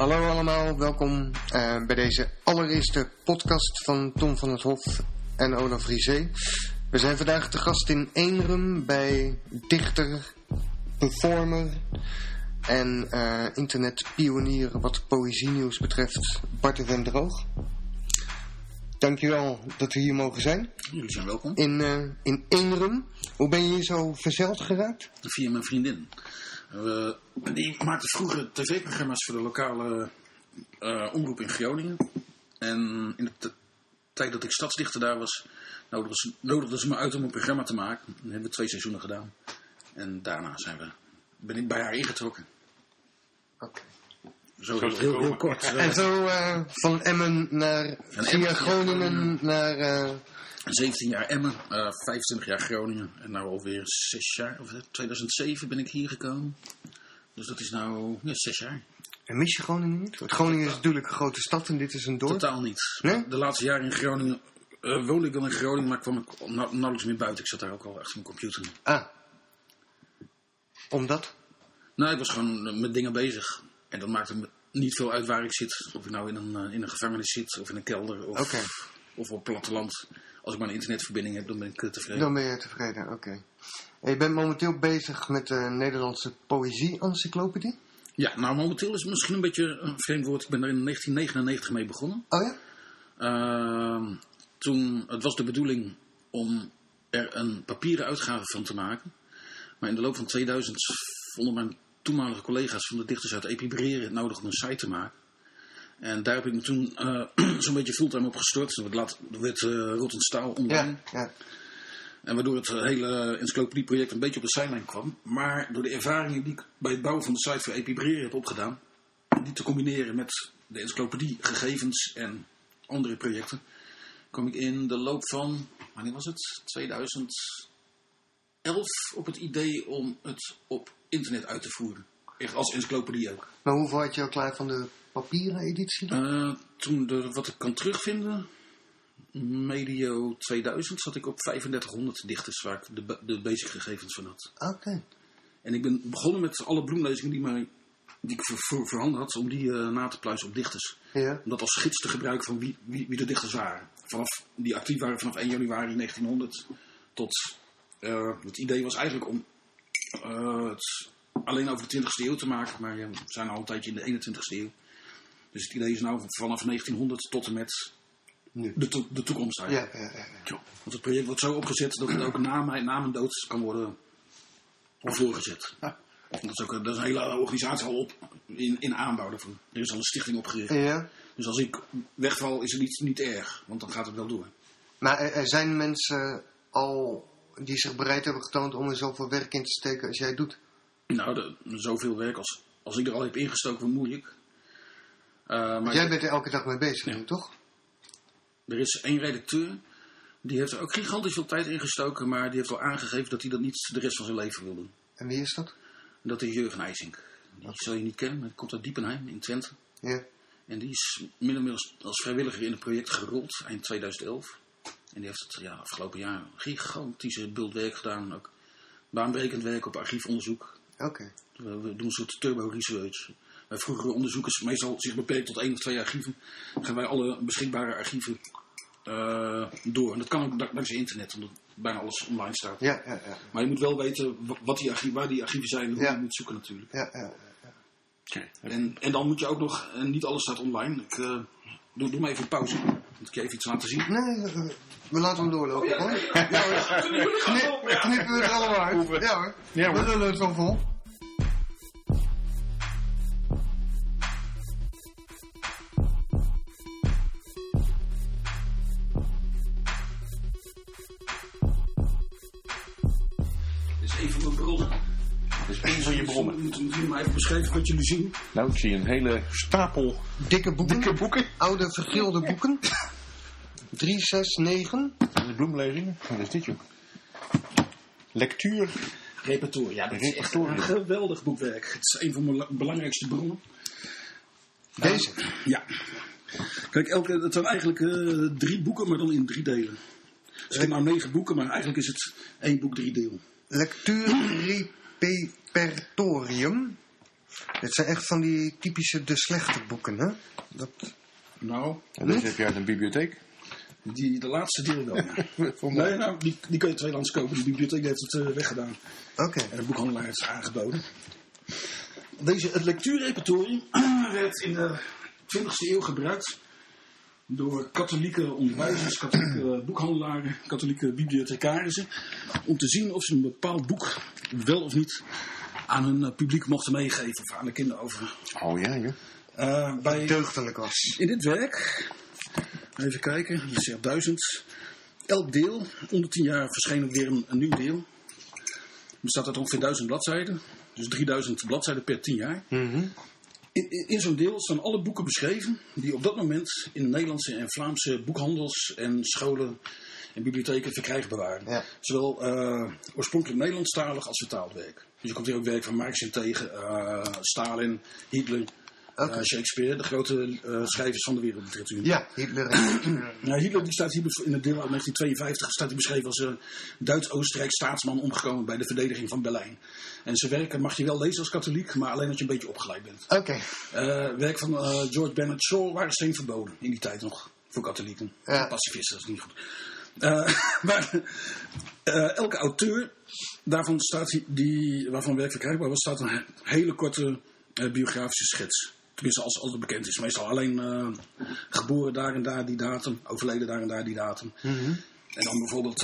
Hallo allemaal, welkom bij deze allereerste podcast van Tom van het Hof en Olaf Riese. We zijn vandaag te gast in Eenrum bij dichter, performer en internetpionier wat poëzienieuws betreft, Bart de Ven Droog. Dankjewel dat we hier mogen zijn. Jullie zijn welkom. In Eenrum. Hoe ben je hier zo verzeild geraakt? Via mijn vriendin. Die maakte vroeger tv-programma's voor de lokale omroep in Groningen. En in de tijd dat ik stadsdichter daar was, nodigden ze me uit om een programma te maken. Dat hebben we 2 seizoenen gedaan. En daarna ben ik bij haar ingetrokken. Oké. Zo heel kort. En zo van Emmen naar via Groningen naar... 17 jaar Emmen, 25 jaar Groningen en nou alweer 6 jaar. Of 2007 ben ik hier gekomen. Dus dat is nou 6 jaar. En mis je Groningen niet? Want Groningen is natuurlijk een grote stad en dit is een dorp. Totaal niet. Nee? De laatste jaren in Groningen woonde ik wel in Groningen, maar kwam ik nauwelijks meer buiten. Ik zat daar ook al achter mijn computer. Ah. Omdat? Nou, ik was gewoon met dingen bezig. En dat maakte me niet veel uit waar ik zit. Of ik nou in een gevangenis zit, of in een kelder, of op platteland. Als ik maar een internetverbinding heb, dan ben ik tevreden. Dan ben je tevreden, oké. En je bent momenteel bezig met de Nederlandse poëzie-encyclopedie? Ja, nou momenteel is het misschien een beetje een vreemd woord. Ik ben er in 1999 mee begonnen. Oh ja? Het was de bedoeling om er een papieren uitgave van te maken. Maar in de loop van 2000 vonden mijn toenmalige collega's van de dichters uit Epibreren het nodig om een site te maken. En daar heb ik me toen zo'n beetje fulltime op gestort. Er werd rottend staal online. Ja. En waardoor het hele encyclopedieproject een beetje op de zijlijn kwam. Maar door de ervaringen die ik bij het bouwen van de site voor Epibreren heb opgedaan, die te combineren met de encyclopedie, gegevens en andere projecten, kwam ik in de loop van, wanneer was het? 2011 op het idee om het op internet uit te voeren. Echt als encyclopedie ook. Maar hoeveel had je al klaar van de papieren editie? Wat ik kan terugvinden, medio 2000 zat ik op 3500 dichters waar ik de basic gegevens van had. Oké. En ik ben begonnen met alle bloemlezingen die ik voorhanden had, om die na te pluizen op dichters. Ja. Om dat als gids te gebruiken van wie de dichters waren. Die actief waren vanaf 1 januari 1900 tot... het idee was eigenlijk om het alleen over de 20e eeuw te maken, maar we zijn al een tijdje in de 21e eeuw. Dus het idee is nou vanaf 1900 tot en met nu. De toekomst eigenlijk. Ja. Want het project wordt zo opgezet dat het ook na mijn dood kan worden voorgezet. Ja. Dat is een hele organisatie al in aanbouw daarvoor. Er is al een stichting opgericht. Ja. Dus als ik wegval is het niet erg, want dan gaat het wel door. Maar er zijn mensen al die zich bereid hebben getoond om er zoveel werk in te steken als jij doet? Nou, zoveel werk als ik er al heb ingestoken, moeilijk. Maar jij bent er elke dag mee bezig, ja. toch? Er is 1 redacteur, die heeft er ook gigantisch veel tijd in gestoken, maar die heeft al aangegeven dat hij dat niet de rest van zijn leven wil doen. En wie is dat? Dat is Jurgen IJsink. Die zal je niet kennen, maar die komt uit Diepenheim in Twente. Ja. En die is min of meer als vrijwilliger in het project gerold, eind 2011. En die heeft het afgelopen jaar gigantische bultwerk gedaan. Ook baanbrekend werk op archiefonderzoek. Oké. We doen een soort turbo research. Bij vroegere onderzoekers, meestal zich beperkt tot 1 of 2 archieven, gaan wij alle beschikbare archieven door. En dat kan ook dankzij internet, omdat bijna alles online staat. Ja. Maar je moet wel weten waar die archieven zijn en hoe je moet zoeken natuurlijk. Ja. En dan moet je ook nog, en niet alles staat online. Ik doe maar even pauze, want ik je even iets laten zien. Nee, we laten hem doorlopen. Hoor. Knippen we het allemaal uit. Ja hoor. We lullen het wel vol. Dit is een van mijn bronnen. Dat is één van je bronnen. Moet je maar even beschrijven wat jullie zien. Nou, ik zie een hele stapel Dikke boeken. Oude vergilde boeken. 3, 6, 9. De bloemlezingen. Wat is dit, joh? Lectuur. Repertoire. Ja, dat is echt een geweldig boekwerk. Het is een van mijn belangrijkste bronnen. Deze? Ja. Kijk, het zijn eigenlijk 3 boeken, maar dan in 3 delen. Dus ik heb nou 9 boeken, maar eigenlijk is het 1 boek 3 deel. Lectuur repertorium. Dit zijn echt van die typische de slechte boeken, hè? Nou, En deze heb je uit een bibliotheek. de laatste deel wel. Nee, nou, die kun je tweedehands kopen. De bibliotheek heeft het weggedaan. Oké. En de boekhandelaar heeft het aangeboden. Het lectuurrepertorium werd in de 20e eeuw gebruikt door katholieke onderwijzers, katholieke boekhandelaren, katholieke bibliothecarissen, om te zien of ze een bepaald boek wel of niet aan hun publiek mochten meegeven of aan de kinderen over. Oh ja, joh. Deugdelijk was. In dit werk, even kijken, dat is 1000. Elk deel, om de 10 jaar verscheen ook weer een nieuw deel. Het bestaat uit ongeveer 1000 bladzijden. Dus 3000 bladzijden per 10 jaar. Mm-hmm. In zo'n deel staan alle boeken beschreven die op dat moment in Nederlandse en Vlaamse boekhandels en scholen en bibliotheken verkrijgbaar waren. Ja. Zowel oorspronkelijk Nederlandstalig als vertaald werk. Dus je komt hier ook werk van Marx in tegen, Stalin, Hitler, Shakespeare, de grote schrijvers van de wereldliteratuur. Ja, Hitler. Hitler die staat hier in het deel uit 1952 staat hij beschreven als Duits-Oostenrijk staatsman omgekomen bij de verdediging van Berlijn. En zijn werken mag je wel lezen als katholiek, maar alleen als je een beetje opgeleid bent. Oké. Werk van George Bernard Shaw waren streng verboden in die tijd nog voor katholieken. Ja. Voor pacifisten, dat is niet goed. Maar elke auteur daarvan waarvan werk verkrijgbaar was, staat een hele korte biografische schets. Tenminste, als het bekend is. Meestal alleen geboren daar en daar die datum, overleden daar en daar die datum. Mm-hmm. En dan bijvoorbeeld,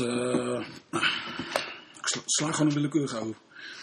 ik sla gewoon een willekeurige over.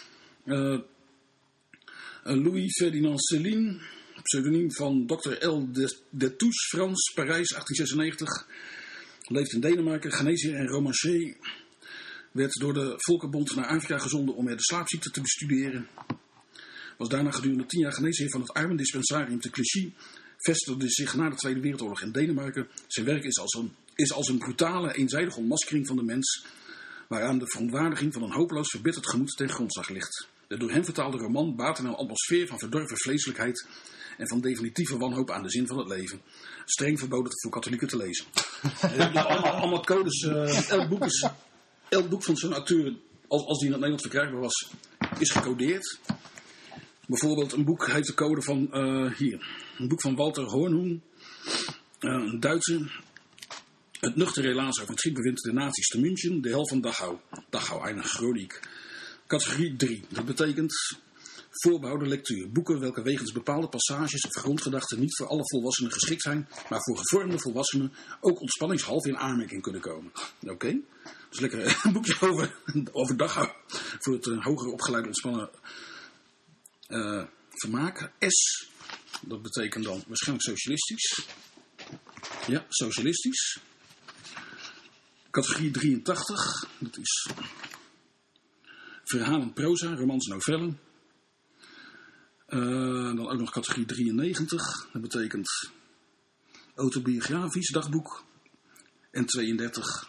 Louis Ferdinand Céline, pseudoniem van Dr. L. Destouches, Frans, Parijs, 1896. Leeft in Denemarken, geneesheer en romancier. Werd door de Volkenbond naar Afrika gezonden om er de slaapziekte te bestuderen. Was daarna gedurende 10 jaar geneesheer van het armendispensarium te Clichy. Vestigde zich na de Tweede Wereldoorlog in Denemarken. Zijn werk is als een brutale, eenzijdige ontmaskering van de mens, waaraan de verontwaardiging van een hopeloos verbitterd gemoed ten grondslag ligt. De door hem vertaalde roman baat in een atmosfeer van verdorven vleeselijkheid en van definitieve wanhoop aan de zin van het leven. Streng verboden voor katholieken te lezen. allemaal codes. Elk boek van zo'n auteur, als die in het Nederlands verkrijgbaar was, is gecodeerd. Bijvoorbeeld een boek heeft de code van een boek van Walter Hornung, een Duitser. Het nuchtere relaas over het schipbewind der nazi's te München, de hel van Dachau. Dachau, een chroniek. Categorie 3, dat betekent voorbehouden lectuur. Boeken welke wegens bepaalde passages of grondgedachten niet voor alle volwassenen geschikt zijn, maar voor gevormde volwassenen ook ontspanningshalve in aanmerking kunnen komen. Oké. Dus lekker een boekje over Dachau voor het hoger opgeleide ontspannen vermaak. S, dat betekent dan waarschijnlijk socialistisch. Ja, socialistisch. Categorie 83, dat is verhalen, proza, romans, novellen. Dan ook nog categorie 93, dat betekent autobiografisch, dagboek. En 32,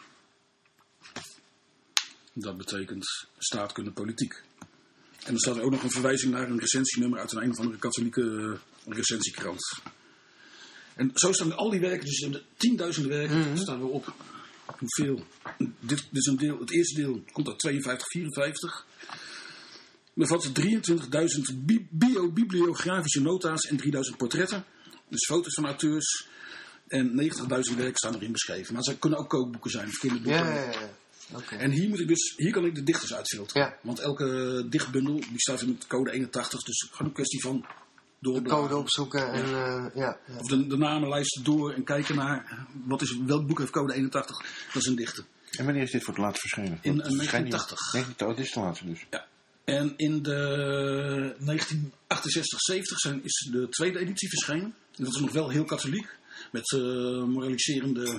dat betekent staatkunde, politiek. En er staat ook nog een verwijzing naar een recensienommer uit een of andere katholieke recensiekrant. En zo staan al die werken, dus de tienduizenden werken, staan we op. Hoeveel? Dit is een deel, het eerste deel komt uit 52, 54. Bevat 23.000 bibliografische nota's en 3.000 portretten. Dus foto's van auteurs. En 90.000 werken staan erin beschreven. Maar ze kunnen ook kookboeken zijn of kinderboeken. Ja. Okay. En hier kan ik de dichters uitfilteren. Ja. Want elke dichtbundel die staat met code 81. Dus gewoon een kwestie van doorbladeren. Code opzoeken en Of de namenlijst door en kijken naar welk boek heeft code 81. Dat is een dichter. En wanneer is dit voor het laatst verschenen? In 1980. Dat is de laatste dus. Ja. En in de 1968-70 is de tweede editie verschenen. Dat is nog wel heel katholiek. Met moraliserende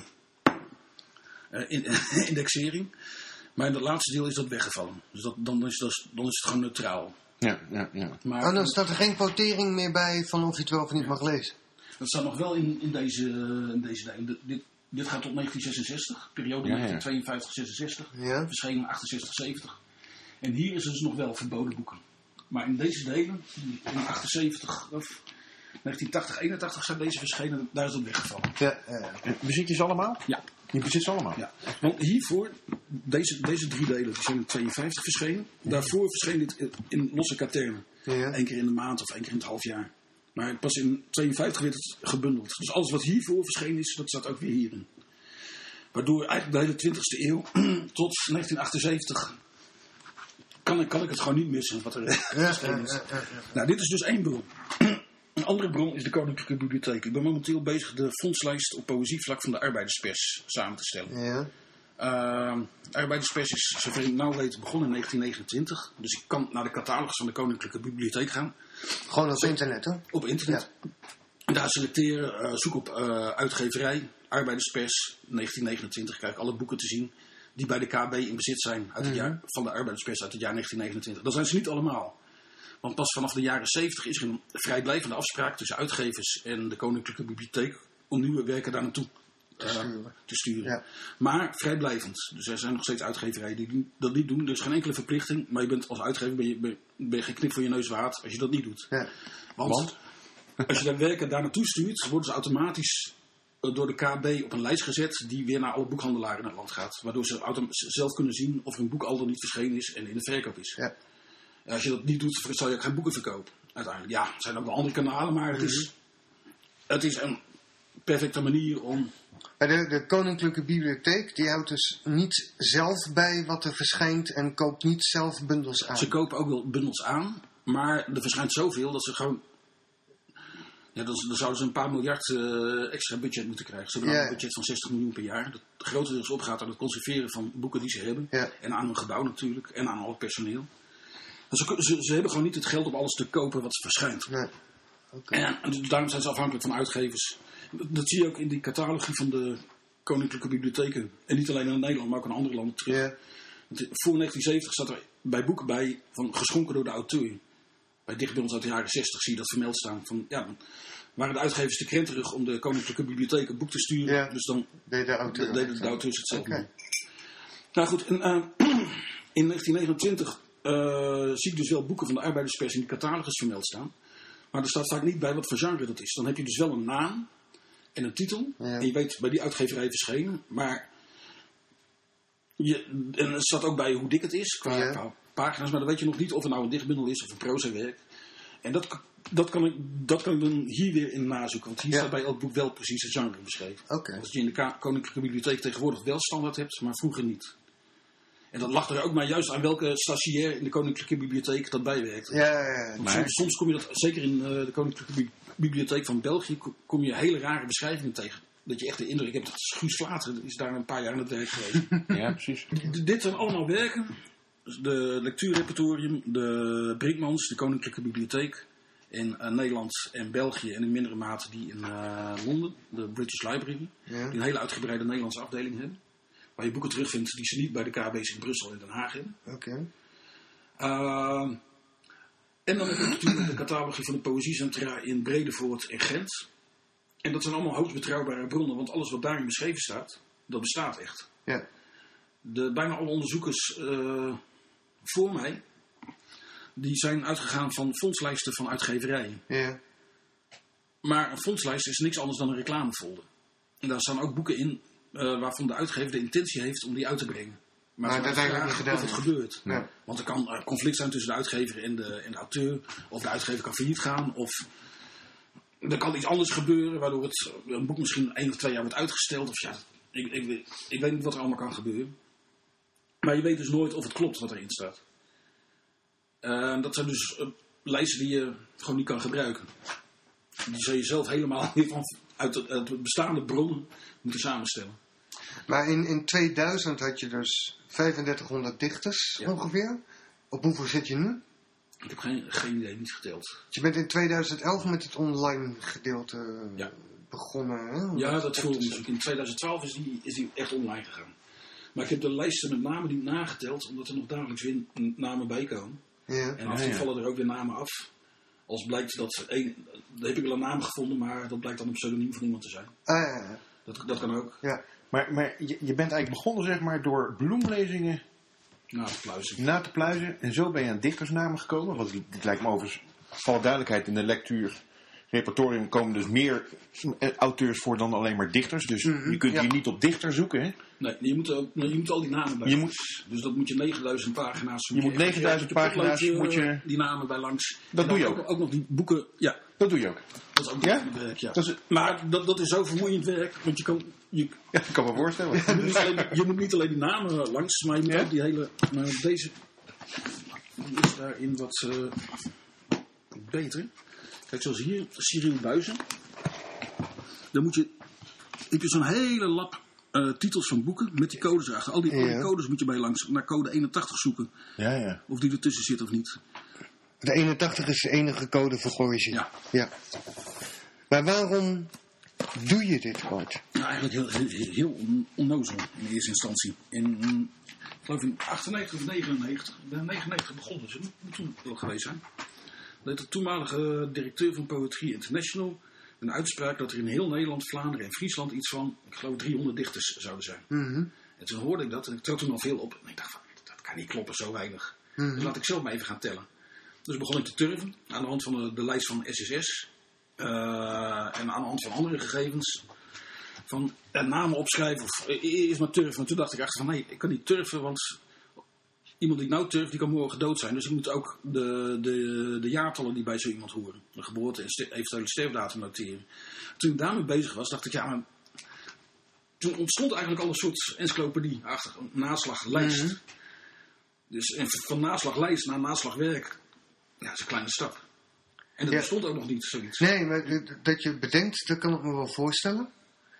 indexering. Maar in het laatste deel is dat weggevallen. Dus dan is het gewoon neutraal. Ja. Maar, dan staat er geen quotering meer bij van of je het wel of niet mag lezen. Dat staat nog wel in deze deel. Dit gaat tot 1966. Periode 1952-66. Ja. Verschenen 68-70. En hier is het dus nog wel verboden boeken. Maar in deze delen, in 78 of 1980, 81 zijn deze verschenen, daar is het weggevallen. Ja. Bezit je ze allemaal? Ja. Je bezit ze allemaal? Ja. Want hiervoor deze 3 delen die zijn in 52 verschenen. Daarvoor verscheen dit in losse katernen. Ja. 1 keer in de maand of 1 keer in het half jaar. Maar pas in 52 werd het gebundeld. Dus alles wat hiervoor verschenen is, dat staat ook weer hierin. Waardoor eigenlijk de hele 20e eeuw tot 1978 kan ik het gewoon niet missen wat er verschenen is. Nou, dit is dus 1 bron. Een andere bron is de Koninklijke Bibliotheek. Ik ben momenteel bezig de fondslijst op poëzievlak van de arbeiderspers samen te stellen. Ja. De arbeiderspers is, zover ik nou weet, begonnen in 1929. Dus ik kan naar de catalogus van de Koninklijke Bibliotheek gaan. Gewoon op internet, hè? Op internet. Ja. Daar selecteren, zoek op uitgeverij, arbeiderspers, 1929. Krijg ik alle boeken te zien die bij de KB in bezit zijn uit het jaar, van de arbeiderspers uit het jaar 1929. Dat zijn ze niet allemaal. Want pas vanaf de jaren 70 is er een vrijblijvende afspraak tussen uitgevers en de Koninklijke Bibliotheek om nieuwe werken daar naartoe te sturen. Ja. Maar vrijblijvend. Dus er zijn nog steeds uitgeverijen die dat niet doen. Er is geen enkele verplichting. Maar je bent als uitgever ben je geen knip voor je neus waard als je dat niet doet. Ja. Want als je daar werken daar naartoe stuurt, worden ze automatisch door de KB op een lijst gezet die weer naar alle boekhandelaren in het land gaat. Waardoor ze zelf kunnen zien of hun boek al dan niet verschenen is en in de verkoop is. Ja. Als je dat niet doet, zal je ook geen boeken verkopen. Uiteindelijk. Ja, er zijn ook wel andere kanalen, maar het is een perfecte manier om... De Koninklijke Bibliotheek die houdt dus niet zelf bij wat er verschijnt en koopt niet zelf bundels aan. Ze kopen ook wel bundels aan, maar er verschijnt zoveel dat ze gewoon... Ja, dan zouden ze een paar miljard extra budget moeten krijgen. Ze hebben een budget van 60 miljoen per jaar. Dat grotendeels opgaat aan het conserveren van boeken die ze hebben. Ja. En aan hun gebouw natuurlijk. En aan al het personeel. Ze hebben gewoon niet het geld om alles te kopen wat verschijnt. Nee. Okay. En daarom zijn ze afhankelijk van uitgevers. Dat zie je ook in die catalogie van de Koninklijke Bibliotheken. En niet alleen in Nederland, maar ook in andere landen terug. Yeah. Voor 1970 staat er bij boeken bij van geschonken door de auteur. Bij dichtbundels uit de jaren 60 zie je dat vermeld staan. Van, ja, waren de uitgevers te krenterig om de Koninklijke Bibliotheek een boek te sturen. Yeah. Dus dan deden de auteurs het zelf mee. Nou goed, in 1929... zie ik dus wel boeken van de arbeiderspers in de catalogus vermeld staan. Maar er staat vaak niet bij wat voor genre dat is. Dan heb je dus wel een naam en een titel. Ja. En je weet bij die uitgeverij verschenen. Maar en er staat ook bij hoe dik het is qua pagina's. Maar dan weet je nog niet of het nou een dichtbundel is of een prozawerk. En dat kan ik dan hier weer in nazoeken. Want hier staat bij elk boek wel precies het genre beschreven. Okay. Als je in de Koninklijke Bibliotheek tegenwoordig wel standaard hebt, maar vroeger niet. En dat lag er ook maar juist aan welke stagiair in de Koninklijke Bibliotheek dat bijwerkt. Ja. Soms kom je dat, zeker in de Koninklijke Bibliotheek van België, kom je hele rare beschrijvingen tegen. Dat je echt de indruk hebt dat Guus Vlater is daar een paar jaar aan het werk geweest. Ja, precies. Dit zijn allemaal werken. De lectuurrepertorium, de Brinkmans, de Koninklijke Bibliotheek in Nederland en België en in mindere mate die in Londen, de British Library, die een hele uitgebreide Nederlandse afdeling hebben. Waar je boeken terugvindt die ze niet bij de KB's in Brussel en Den Haag hebben. Oké. En dan heb je natuurlijk de catalogie van de Poëziecentra in Bredevoort en Gent. En dat zijn allemaal hoogst betrouwbare bronnen, want alles wat daarin beschreven staat, dat bestaat echt. Ja. Bijna alle onderzoekers voor mij, die zijn uitgegaan van fondslijsten van uitgeverijen. Ja. Maar een fondslijst is niks anders dan een reclamefolder. En daar staan ook boeken in waarvan de uitgever de intentie heeft om die uit te brengen. Maar dat eigenlijk niet gedaan of het gebeurt. Ja. Want er kan conflict zijn tussen de uitgever en de auteur. Of de uitgever kan failliet gaan. Of er kan iets anders gebeuren waardoor een boek misschien 1 of 2 jaar wordt uitgesteld. Of ja, ik weet niet wat er allemaal kan gebeuren. Maar je weet dus nooit of het klopt wat erin staat. Dat zijn dus lijsten die je gewoon niet kan gebruiken. Die zou je zelf helemaal uit bestaande bronnen moeten samenstellen. Maar in 2000 had je dus 3500 dichters ongeveer. Op hoeveel zit je nu? Ik heb geen idee, niet geteld. Je bent in 2011 met het online gedeelte begonnen. Hè? Ja, dat vooronderzoek. In 2012 is die echt online gegaan. Maar ik heb de lijsten met namen niet nageteld, omdat er nog dagelijks weer namen bij komen. Ja. En af en toe vallen er ook weer namen af. Als blijkt dat dan heb ik wel een naam gevonden, maar dat blijkt dan een pseudoniem van iemand te zijn. Dat kan ook. Ja. Maar je bent eigenlijk begonnen, zeg maar, door bloemlezingen na te pluizen. En zo ben je aan dichtersnamen gekomen. Want dit lijkt me overigens, voor alle duidelijkheid, in de lectuur repertorium komen dus meer auteurs voor dan alleen maar dichters. Dus je kunt hier niet op dichter zoeken, hè? Nee, je moet al die namen bij langs. Dus dat moet je 9000 pagina's. Je moet 9000 pagina's moet je die namen bij langs. Dat doe je ook. Ook nog die boeken. Ja. Dat doe je ook. Dat is ook werk, ja. Maar dat is zo vermoeiend werk, want ik kan me voorstellen. Je moet niet alleen die namen langs, maar je moet ook die hele. Maar deze is daarin wat beter. Kijk, zoals hier, Cyril Buizen. Dan heb je zo'n hele lap titels van boeken met die codes erachter. Al die codes moet je bij langs naar code 81 zoeken. Ja. Of die ertussen zit of niet. De 81 is de enige code voor Gooise. Ja. Maar waarom doe je dit, Bart? Nou, eigenlijk heel onnozel in eerste instantie. Ik geloof in 98 of 99. Ik ben in 99 begonnen, dus dat moet toen wel geweest zijn. Dat de toenmalige directeur van Poetry International een uitspraak dat er in heel Nederland, Vlaanderen en Friesland iets van, ik geloof 300 dichters zouden zijn. Mm-hmm. En toen hoorde ik dat en ik trok toen al veel op. En ik dacht van, dat kan niet kloppen, zo weinig. Mm-hmm. Dus laat ik zelf maar even gaan tellen. Dus begon ik te turven aan de hand van de lijst van SSS. En aan de hand van andere gegevens. Van namen opschrijven of eerst maar turven. Maar toen dacht ik achter van nee, ik kan niet turven, want iemand die nou turft, die kan morgen dood zijn. Dus ik moet ook de jaartallen die bij zo iemand horen. De geboorte en eventuele sterfdatum noteren. Toen ik daarmee bezig was, dacht ik maar toen ontstond eigenlijk al een soort encyclopedie-achtig naslaglijst. Mm-hmm. Dus van naslaglijst naar naslagwerk, dat is een kleine stap. En dat bestond ook nog niet, zoiets. Nee, maar dat je bedenkt, dat kan ik me wel voorstellen.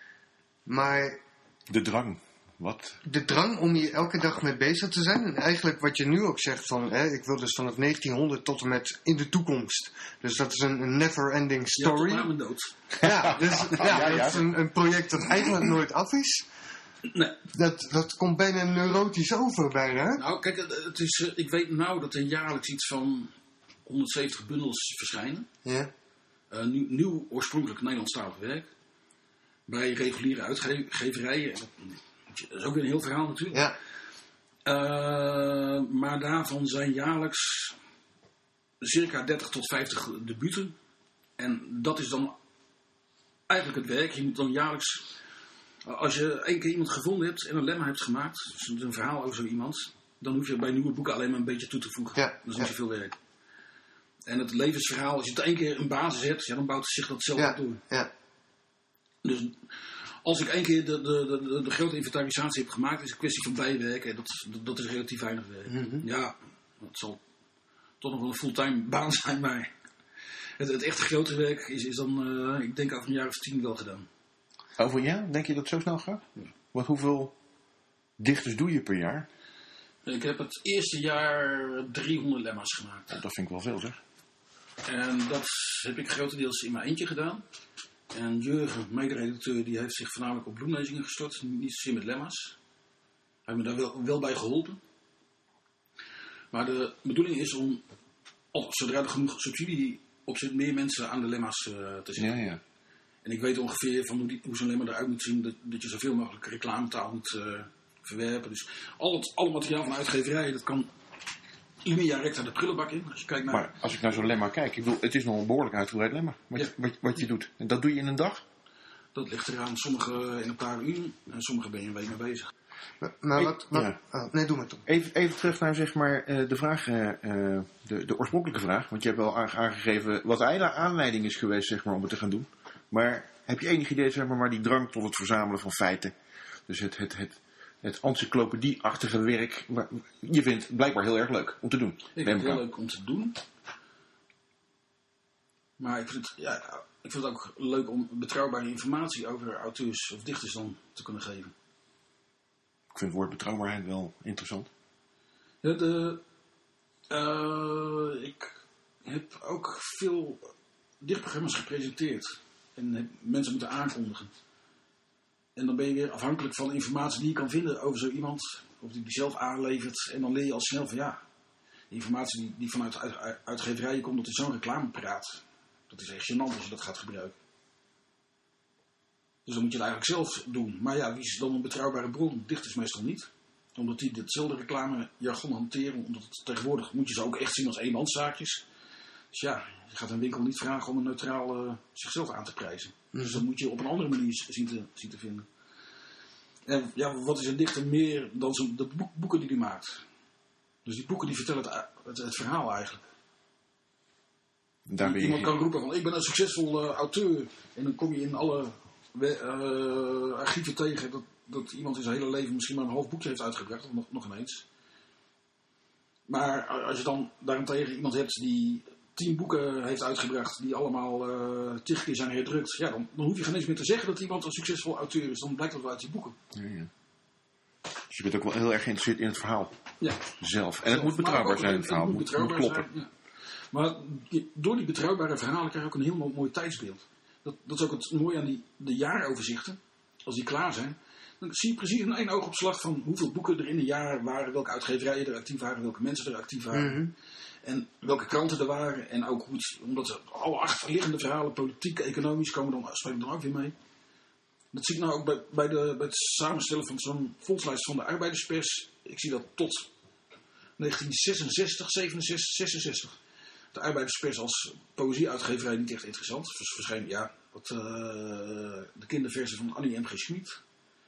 Maar de drang, wat? De drang om hier elke dag mee bezig te zijn. En eigenlijk wat je nu ook zegt van, ik wil dus vanaf 1900 tot en met in de toekomst. Dus dat is een never-ending story. Ja, tot mijn dood. Ja, dus dat is een project dat eigenlijk nooit af is. Nee. Dat komt bijna neurotisch over, bijna. Nou, kijk, het is, ik weet nou dat er jaarlijks iets van 170 bundels verschijnen. Ja. Nieuw oorspronkelijk Nederlandstalig werk. Bij reguliere uitgeverijen. Dat is ook weer een heel verhaal natuurlijk. Ja. Maar daarvan zijn jaarlijks circa 30 tot 50 debuten. En dat is dan eigenlijk het werk. Je moet dan jaarlijks, als je één keer iemand gevonden hebt en een lemma hebt gemaakt, dus een verhaal over zo iemand, dan hoef je bij nieuwe boeken alleen maar een beetje toe te voegen. Ja. Dat is niet zoveel werk. En het levensverhaal, als je het één keer een basis hebt, dan bouwt het zich dat zelf op door. Ja. Dus als ik één keer de grote inventarisatie heb gemaakt, is het een kwestie van bijwerken. Dat is relatief weinig werk. Mm-hmm. Ja, dat zal toch nog wel een fulltime baan zijn, maar het echte grote werk is dan, ik denk over een jaar of 10 wel gedaan. Over een jaar? Denk je dat het zo snel gaat? Ja. Want hoeveel dichters doe je per jaar? Ik heb het eerste jaar 300 lemma's gemaakt. Dat vind ik wel veel, zeg. En dat heb ik grotendeels in mijn eentje gedaan. En Jurgen, mede-redacteur, die heeft zich voornamelijk op bloemlezingen gestort. Niet zozeer met lemma's. Hij heeft me daar wel bij geholpen. Maar de bedoeling is om, zodra er genoeg subsidie op zit, meer mensen aan de lemma's te zetten. Ja. En ik weet ongeveer van hoe zo'n lemma eruit moet zien, dat je zoveel mogelijk reclametaal moet verwerpen. Dus alle materiaal van uitgeverijen, dat kan linea recta de prullenbak in. Als je kijkt naar... Maar als ik naar zo'n lemma kijk, ik bedoel, het is nog een behoorlijk uitgebreid lemma. Wat je doet. En dat doe je in een dag? Dat ligt eraan. Sommige in een paar uur en sommige ben je een week mee bezig. Maar wat? Nee, doe maar toch. Even terug naar zeg maar de vraag, de oorspronkelijke vraag. Want je hebt wel aangegeven wat de aanleiding is geweest zeg maar, om het te gaan doen. Maar heb je enig idee zeg maar die drang tot het verzamelen van feiten? Dus het encyclopedie-achtige werk. Maar je vindt het blijkbaar heel erg leuk om te doen. Ik vind het heel leuk om te doen. Maar ik vind het ook leuk om betrouwbare informatie over auteurs of dichters dan te kunnen geven. Ik vind het woord betrouwbaarheid wel interessant. Ik heb ook veel dichtprogramma's gepresenteerd. En heb mensen moeten aankondigen. En dan ben je weer afhankelijk van informatie die je kan vinden over zo iemand. Of die zelf aanlevert. En dan leer je al snel van de informatie die vanuit uitgeverijen komt, dat is zo'n reclamepraat. Dat is echt gênant als je dat gaat gebruiken. Dus dan moet je het eigenlijk zelf doen. Maar wie is dan een betrouwbare bron? Dichters meestal niet. Omdat die hetzelfde reclamejargon hanteren. Omdat het tegenwoordig moet je ze ook echt zien als eenmanszaakjes. Dus ja, je gaat een winkel niet vragen om een neutraal zichzelf aan te prijzen. Dus dat moet je op een andere manier zien te vinden. En ja, wat is een dichter meer dan de boeken die hij maakt? Dus die boeken die vertellen het verhaal eigenlijk. Iemand kan roepen van ik ben een succesvol auteur. En dan kom je in alle archieven tegen dat iemand in zijn hele leven misschien maar een half boekje heeft uitgebracht. Of nog ineens. Maar als je dan daarentegen iemand hebt die 10 boeken heeft uitgebracht. Die allemaal 10 keer zijn herdrukt. Ja, dan hoef je geen eens meer te zeggen dat iemand een succesvol auteur is. Dan blijkt dat wel uit die boeken. Ja. Dus je bent ook wel heel erg geïnteresseerd in het verhaal. Ja. Zelf. En het moet betrouwbaar zijn, het verhaal. Het moet kloppen. Ja. Maar door die betrouwbare verhalen krijg je ook een heel mooi tijdsbeeld. Dat is ook het mooie aan de jaaroverzichten. Als die klaar zijn, dan zie je precies in één oogopslag van hoeveel boeken er in een jaar waren, welke uitgeverijen er actief waren, welke mensen er actief waren. Mm-hmm. En welke kranten er waren. En ook omdat alle achterliggende verhalen, politiek, economisch, spelen dan ook weer mee. Dat zie ik nou ook bij het samenstellen van zo'n volkslijst van de arbeiderspers. Ik zie dat tot 1966, 67, 66. De arbeiderspers als poëzieuitgeverij niet echt interessant. Dus verscheen de kinderversie van Annie M.G. Schmid.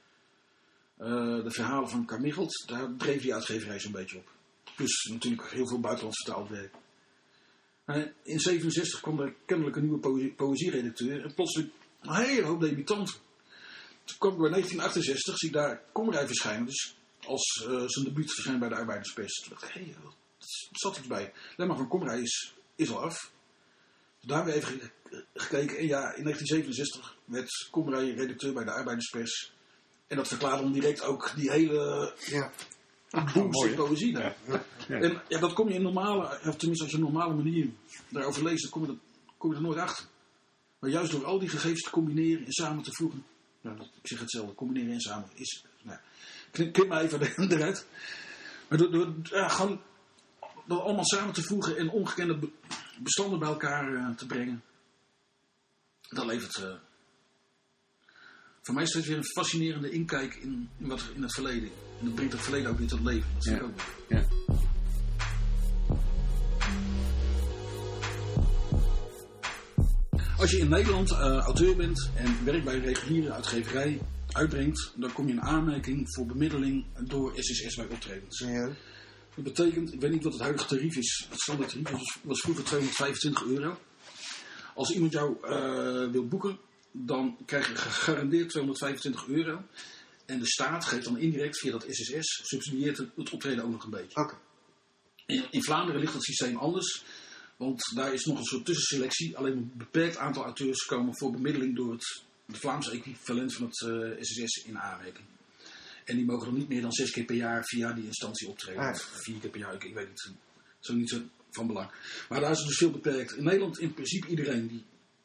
De verhalen van Carmichelt. Daar dreef die uitgeverij zo'n beetje op. Plus natuurlijk heel veel buitenlands vertaald werk. In 67 kwam er kennelijk een nieuwe poëzieredacteur. En plotseling een hele hoop debutanten. Toen kwam ik bij 1968, zie ik daar Komrij verschijnen. Dus als zijn debuut verscheen bij de arbeiderspers. Toen dacht ik, er zat iets bij. Lemma van Komrij is al af. Dus daar hebben we even gekeken. En ja, in 1967 werd Komrij redacteur bij de arbeiderspers. En dat verklaarde dan direct ook die hele boomste poëzie daar. Ja. En ja, dat kom je in normale, of tenminste als je een normale manier daarover leest, dan kom je er nooit achter. Maar juist door al die gegevens te combineren en samen te voegen. Nou, ik zeg hetzelfde, combineren en samen is. Nou, knip maar even eruit. Maar gewoon door allemaal samen te voegen en ongekende bestanden bij elkaar te brengen. Dat levert voor mij steeds weer een fascinerende inkijk in het verleden. En dat brengt het verleden ook weer tot leven. Dat zie ik ook weer. Ja. Als je in Nederland auteur bent en werk bij een reguliere uitgeverij uitbrengt, dan kom je in aanmerking voor bemiddeling door SSS bij optredens. Ja. Dat betekent, ik weet niet wat het huidige tarief is, het standaardtarief was vroeger €225. Als iemand jou wil boeken, dan krijg je gegarandeerd €225. En de staat geeft dan indirect via dat SSS, subsidieert het optreden ook nog een beetje. Okay. In Vlaanderen ligt het systeem anders. Want daar is nog een soort tussenselectie. Alleen een beperkt aantal auteurs komen voor bemiddeling door het Vlaamse equivalent van het SSS in aanmerking. En die mogen dan niet meer dan 6 keer per jaar via die instantie optreden. Of 4 keer per jaar, ik weet niet. Dat is niet zo van belang. Maar daar is het dus veel beperkt. In Nederland in principe iedereen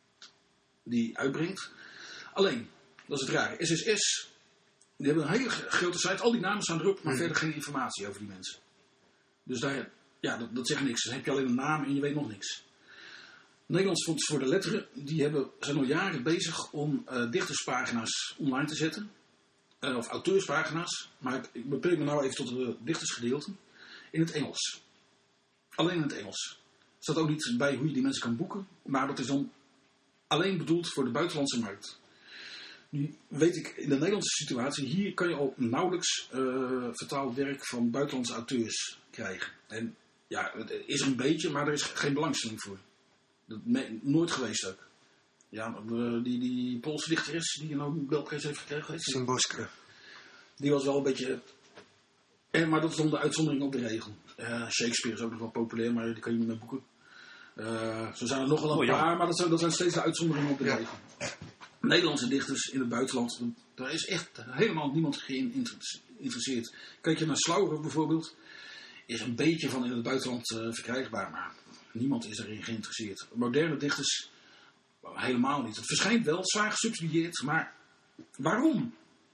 die uitbrengt. Alleen, dat is het rare. SSS, die hebben een hele grote site. Al die namen staan erop, maar verder geen informatie over die mensen. Dus daar... Ja, dat zegt niks. Dan heb je alleen een naam en je weet nog niks. Nederlands Fonds voor de Letteren, die zijn al jaren bezig om dichterspagina's online te zetten. Of auteurspagina's. Maar ik beperk me nou even tot de dichtersgedeelte. In het Engels. Alleen in het Engels. Er staat ook niet bij hoe je die mensen kan boeken. Maar dat is dan alleen bedoeld voor de buitenlandse markt. Nu weet ik in de Nederlandse situatie, hier kan je al nauwelijks vertaald werk van buitenlandse auteurs krijgen. En ja, het is een beetje, maar er is geen belangstelling voor. Nooit geweest ook. Ja, die Poolse dichteres die een Nobelprijs heeft gekregen. Szymborska. Die was wel een beetje... maar dat is dan de uitzondering op de regel. Shakespeare is ook nog wel populair, maar die kan je niet meer boeken. Zo zijn er nog wel een paar, maar dat zijn steeds de uitzonderingen op de regel. Nederlandse dichters in het buitenland, daar is echt helemaal niemand geïnteresseerd. Kijk je naar Slauwer bijvoorbeeld, is een beetje van in het buitenland verkrijgbaar, maar niemand is erin geïnteresseerd. Moderne dichters helemaal niet. Het verschijnt wel zwaar gesubsidieerd, maar waarom?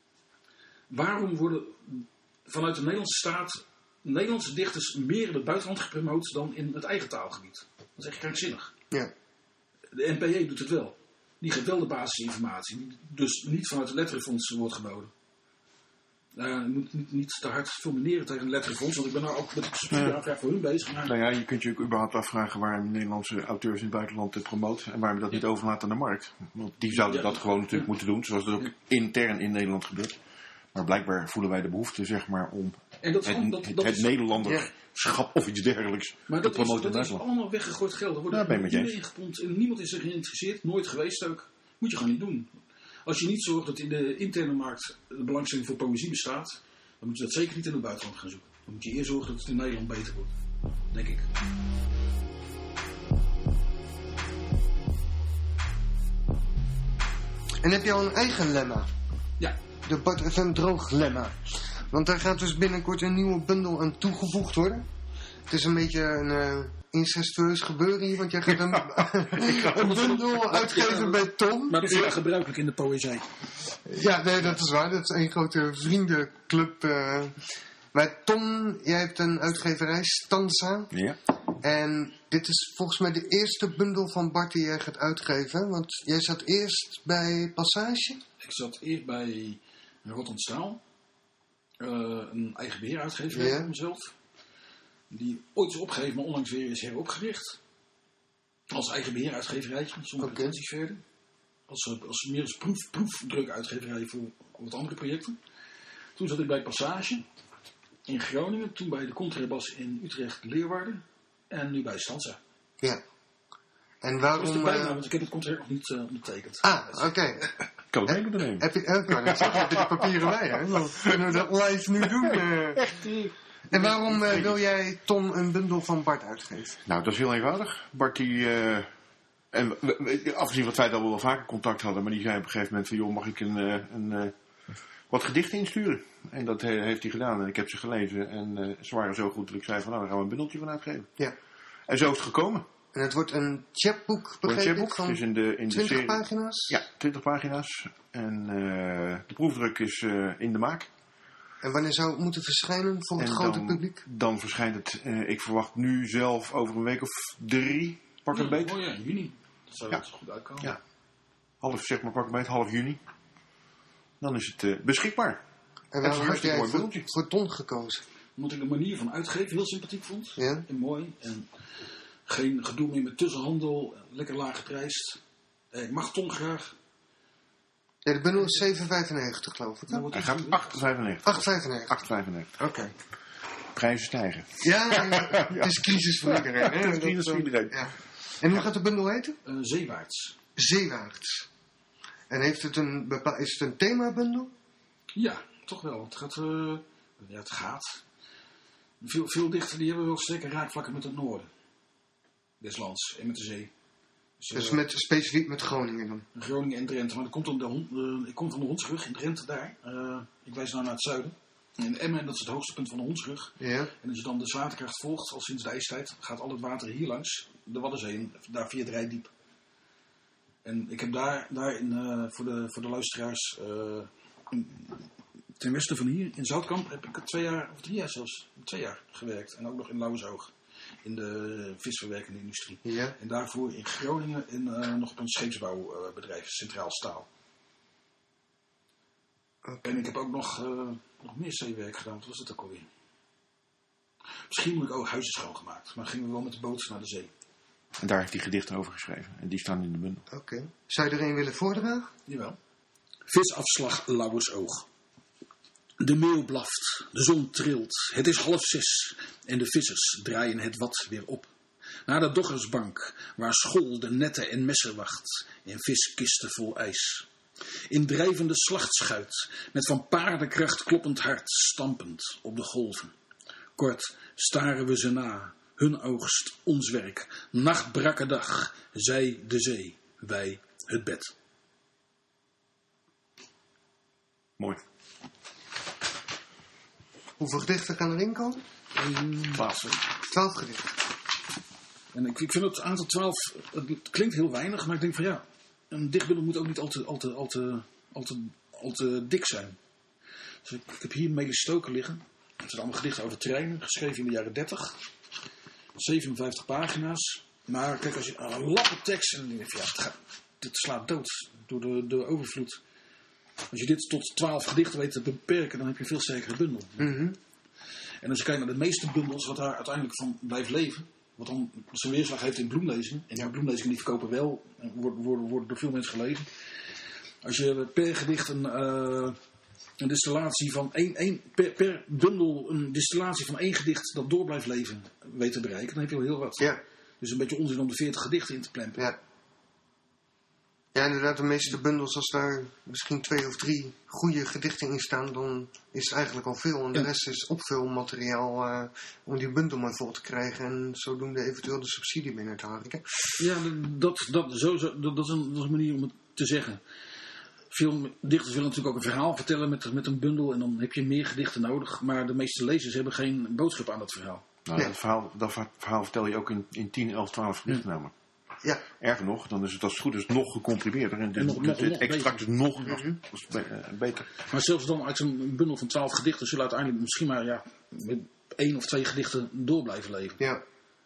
Waarom worden vanuit de Nederlandse staat Nederlandse dichters meer in het buitenland gepromoot dan in het eigen taalgebied? Dat is echt krankzinnig. Ja. De NPJ doet het wel. Die geeft wel de basisinformatie, die dus niet vanuit het Letterenfonds wordt geboden. Je moet niet te hard fulmineren tegen de letterfonds, want ik ben nou ook met de subsidieaanvraag voor hun bezig. Maar... Nou ja, je kunt je ook überhaupt afvragen waarom Nederlandse auteurs in het buitenland promoten en waarom je dat niet overlaat aan de markt. Want die zouden dat gewoon natuurlijk moeten doen, zoals dat ook intern in Nederland gebeurt. Maar blijkbaar voelen wij de behoefte, zeg maar, om het Nederlanderschap of iets dergelijks te promoten. Dat is allemaal weggegooid geld. Er wordt niet ingepompt en niemand is er geïnteresseerd, nooit geweest ook. Moet je gewoon niet doen. Als je niet zorgt dat in de interne markt de belangstelling voor poëzie bestaat, dan moet je dat zeker niet in het buitenland gaan zoeken. Dan moet je eerst zorgen dat het in Nederland beter wordt. Denk ik. En heb je al een eigen lemma? Ja. De Bart FM Droog lemma. Want daar gaat dus binnenkort een nieuwe bundel aan toegevoegd worden. Het is een beetje een incestueus gebeuren hier, want jij gaat een bundel uitgeven bij Tom. Maar dat is wel gebruikelijk in de poëzie. Ja, nee, dat is waar. Dat is een grote vriendenclub. Maar Tom, jij hebt een uitgeverij, Stanza. Ja. En dit is volgens mij de eerste bundel van Bart die jij gaat uitgeven. Want jij zat eerst bij Passage. Ik zat eerst bij Rotterdam Staal. Een eigen beheeruitgeverij van mezelf. Die ooit is opgegeven, maar onlangs weer is heropgericht. Als eigen beheeruitgeverijtje, met sommige pretenties verder. Als meer als proefdrukuitgeverij voor wat andere projecten. Toen zat ik bij Passage in Groningen. Toen bij de Contrabas in Utrecht-Leeuwarden. En nu bij Stanza. Ja. En waarom... Dat is de bijnaam, want ik heb het contract nog niet ondertekend. Oké. Ik kan het mee moeten nemen. Heb je de papieren bij, hè? Dan kunnen we dat live nu doen. En waarom wil jij Tom een bundel van Bart uitgeven? Nou, dat is heel eenvoudig. Bart die... afgezien van het feit dat we wel vaker contact hadden, maar die zei op een gegeven moment van, joh, mag ik wat gedichten insturen? En dat heeft hij gedaan en ik heb ze gelezen en ze waren zo goed dat ik zei van, nou, daar gaan we een bundeltje van uitgeven. Ja. En zo is het gekomen. En het wordt een chapboek, begreep ik, van dus in de 20 serie, pagina's? Ja, 20 pagina's. En de proefdruk is in de maak. En wanneer zou het moeten verschijnen voor het grote publiek? Dan verschijnt het, ik verwacht nu zelf over een week of 3, pak een beet. Oh ja, in juni. Dat zou het goed uitkomen. Ja, pak een beet, half juni. Dan is het beschikbaar. En waarom heb jij voor Ton gekozen? Omdat ik de manier van uitgeven heel sympathiek vond. Ja. En mooi. En geen gedoe meer met tussenhandel. Lekker laag geprijsd. Ik mag Ton graag. Ja, de bundel is 7,95 geloof ik. Hij gaat 8,95. 8,95. Oké. Prijzen stijgen. Ja, het is crisis voor iedereen. Het is crisis voor iedereen. Ja. En hoe gaat de bundel heten? Zeewaarts. Zeewaarts. En heeft het is het een themabundel? Ja, toch wel. Het gaat. Veel dichters die hebben wel sterke raakvlakken met het noorden. Des lands en met de zee. Dus specifiek met Groningen dan? Groningen en Drenthe. Maar ik kom van de Hondsrug in Drenthe daar. Ik wijs nou naar het zuiden. In Emmen, dat is het hoogste punt van de Hondsrug. Ja. En als je dan de zwaartekracht volgt, al sinds de ijstijd, gaat al het water hier langs de Waddenzee, daar via het Rijdiep. En ik heb daar voor de luisteraars, ten westen van hier, in Zoutkamp, heb ik 2 jaar, of 3 jaar zelfs, 2 jaar gewerkt. En ook nog in Lauwersoog, in de visverwerkende industrie. Ja. En daarvoor in Groningen nog op een scheepsbouwbedrijf, Centraal Staal. Okay. En ik heb ook nog meer zeewerk gedaan. Wat was dat ook alweer? Misschien moet ik ook huizen schoongemaakt. Maar gingen we wel met de boot naar de zee. En daar heeft hij gedichten over geschreven. En die staan in de bundel. Oké. Zou je er een willen voordragen? Jawel. Visafslag Lauwersoog. De meeuw blaft. De zon trilt. Het is 5:30. En de vissers draaien het wat weer op. Naar de doggersbank. Waar school de netten en messen wacht. En viskisten vol ijs. In drijvende slachtschuit, met van paardenkracht kloppend hart, stampend op de golven. Kort staren we ze na, hun oogst, ons werk, nacht brakke dag, zij de zee, wij het bed. Mooi. Hoeveel gedichten gaan erin komen? 12. 12 gedichten. En ik vind het aantal 12, het klinkt heel weinig, maar ik denk van ja, een dichtbundel moet ook niet al te dik zijn. Dus ik heb hier Melis Stoker liggen. Het zijn allemaal gedichten over treinen, geschreven in de jaren 30. 57 pagina's. Maar kijk, als je een lappe tekst en dan denk je, ja, dit slaat dood door de overvloed. Als je dit tot 12 gedichten weet te beperken, dan heb je een veel sterkere bundel. Mhm. En als je kijkt naar de meeste bundels, wat daar uiteindelijk van blijft leven, wat dan zijn weerslag heeft in bloemlezingen. En die bloemlezingen die verkopen wel, worden door veel mensen gelezen. Als je per gedicht een distillatie van per bundel een distillatie van 1 gedicht dat door blijft leven weet te bereiken, dan heb je al heel wat. Ja. Dus een beetje onzin om de 40 gedichten in te plempen. Ja. Ja, inderdaad, de meeste bundels, als daar misschien 2 of 3 goede gedichten in staan, dan is het eigenlijk al veel. En de rest is opvulmateriaal om die bundel maar vol te krijgen en zodoende eventueel de subsidie binnen te harken. Ja, dat is een manier om het te zeggen. Veel dichters willen natuurlijk ook een verhaal vertellen met een bundel en dan heb je meer gedichten nodig. Maar de meeste lezers hebben geen boodschap aan dat verhaal. Nou, Ja. dat verhaal vertel je ook in 10, 11, 12 gedichten namelijk. Ja. Erger nog, dan is het als het goed is nog gecomprimeerder. En dus nog het extract is nog beter. Maar zelfs dan uit een bundel van 12 gedichten zullen uiteindelijk misschien maar met 1 of 2 gedichten door blijven leven. Ja.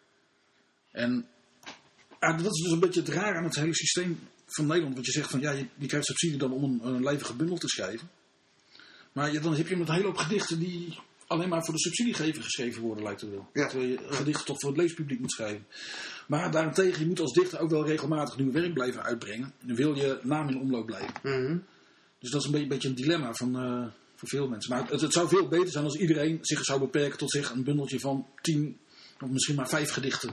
En dat is dus een beetje het raar aan het hele systeem van Nederland. Want je zegt van je krijgt subsidie dan om een levige bundel te schrijven. Maar dan heb je met een hele hoop gedichten die alleen maar voor de subsidiegever geschreven worden, lijkt het wel. Ja. Terwijl je gedichten toch voor het leespubliek moet schrijven. Maar daarentegen, je moet als dichter ook wel regelmatig nieuw werk blijven uitbrengen. Dan wil je naam in omloop blijven. Mhm. Dus dat is een beetje een dilemma voor veel mensen. Maar het zou veel beter zijn als iedereen zich zou beperken tot zich een bundeltje van 10 of misschien maar 5 gedichten.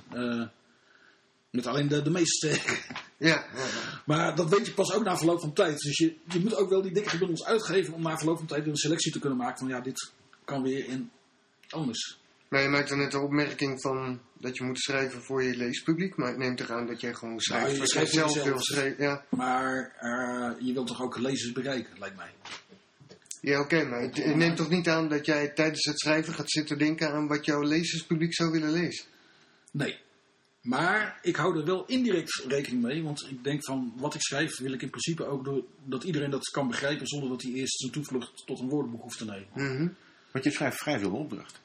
Met alleen de meest sterke. Ja. Maar dat weet je pas ook na verloop van tijd. Dus je moet ook wel die dikke bundels uitgeven om na verloop van tijd een selectie te kunnen maken van dit kan weer in anders. Maar je maakt er net de opmerking van dat je moet schrijven voor je leespubliek. Maar ik neem toch aan dat jij gewoon schrijft je wat schrijft jij voor zelf jezelf. wil schrijven. Ja, Maar je wilt toch ook lezers bereiken, lijkt mij. ja oké, maar ik neem toch niet aan dat jij tijdens het schrijven gaat zitten denken aan wat jouw lezerspubliek zou willen lezen? Nee. Maar ik hou er wel indirect rekening mee. Want ik denk van wat ik schrijf wil ik in principe ook dat iedereen dat kan begrijpen zonder dat hij eerst zijn toevlucht tot een woordenboek hoeft te nemen. Mhm. Want je schrijft vrij veel opdracht.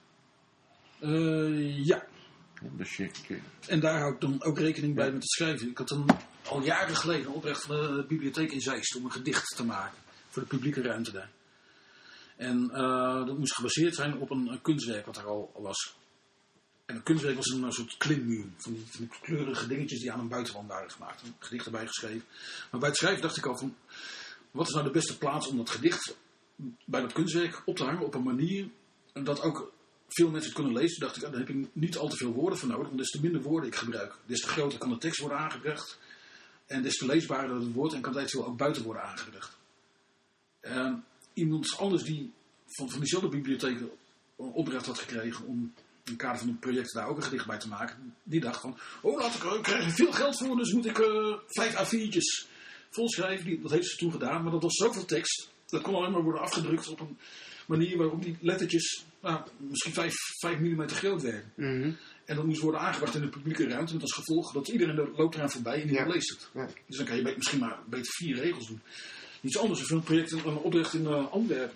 Ja. Dus En daar hou ik dan ook rekening bij met het schrijven. Ik had al jaren geleden een opdracht van de bibliotheek in Zeist om een gedicht te maken. Voor de publieke ruimte daar. En dat moest gebaseerd zijn op een kunstwerk wat er al was. En een kunstwerk was een soort klimmuur. Van die kleurige dingetjes die aan een buitenwand waren gemaakt. Een gedicht erbij geschreven. Maar bij het schrijven dacht ik al van, wat is nou de beste plaats om dat gedicht bij dat kunstwerk op te hangen op een manier dat ook veel mensen het kunnen lezen. Dacht ik, daar heb ik niet al te veel woorden voor nodig. Want des te minder woorden ik gebruik, des te groter kan de tekst worden aangebracht. En des te leesbaarder het wordt en kan het eventueel ook buiten worden aangebracht. Iemand anders die van diezelfde bibliotheek een opdracht had gekregen om in het kader van het project daar ook een gedicht bij te maken. Die dacht van, ik krijg er veel geld voor, dus moet ik 5 A4'tjes volschrijven. Dat heeft ze toen gedaan, maar dat was zoveel tekst. Dat kon alleen maar worden afgedrukt op een manier waarop die lettertjes misschien 5 mm groot werden. Mhm. En dat moest worden aangebracht in de publieke ruimte met als gevolg dat iedereen loopt eraan voorbij en niemand leest het. Ja. Dus dan kan je misschien maar beter 4 regels doen. Iets anders, voor een project, een opdracht in Antwerpen.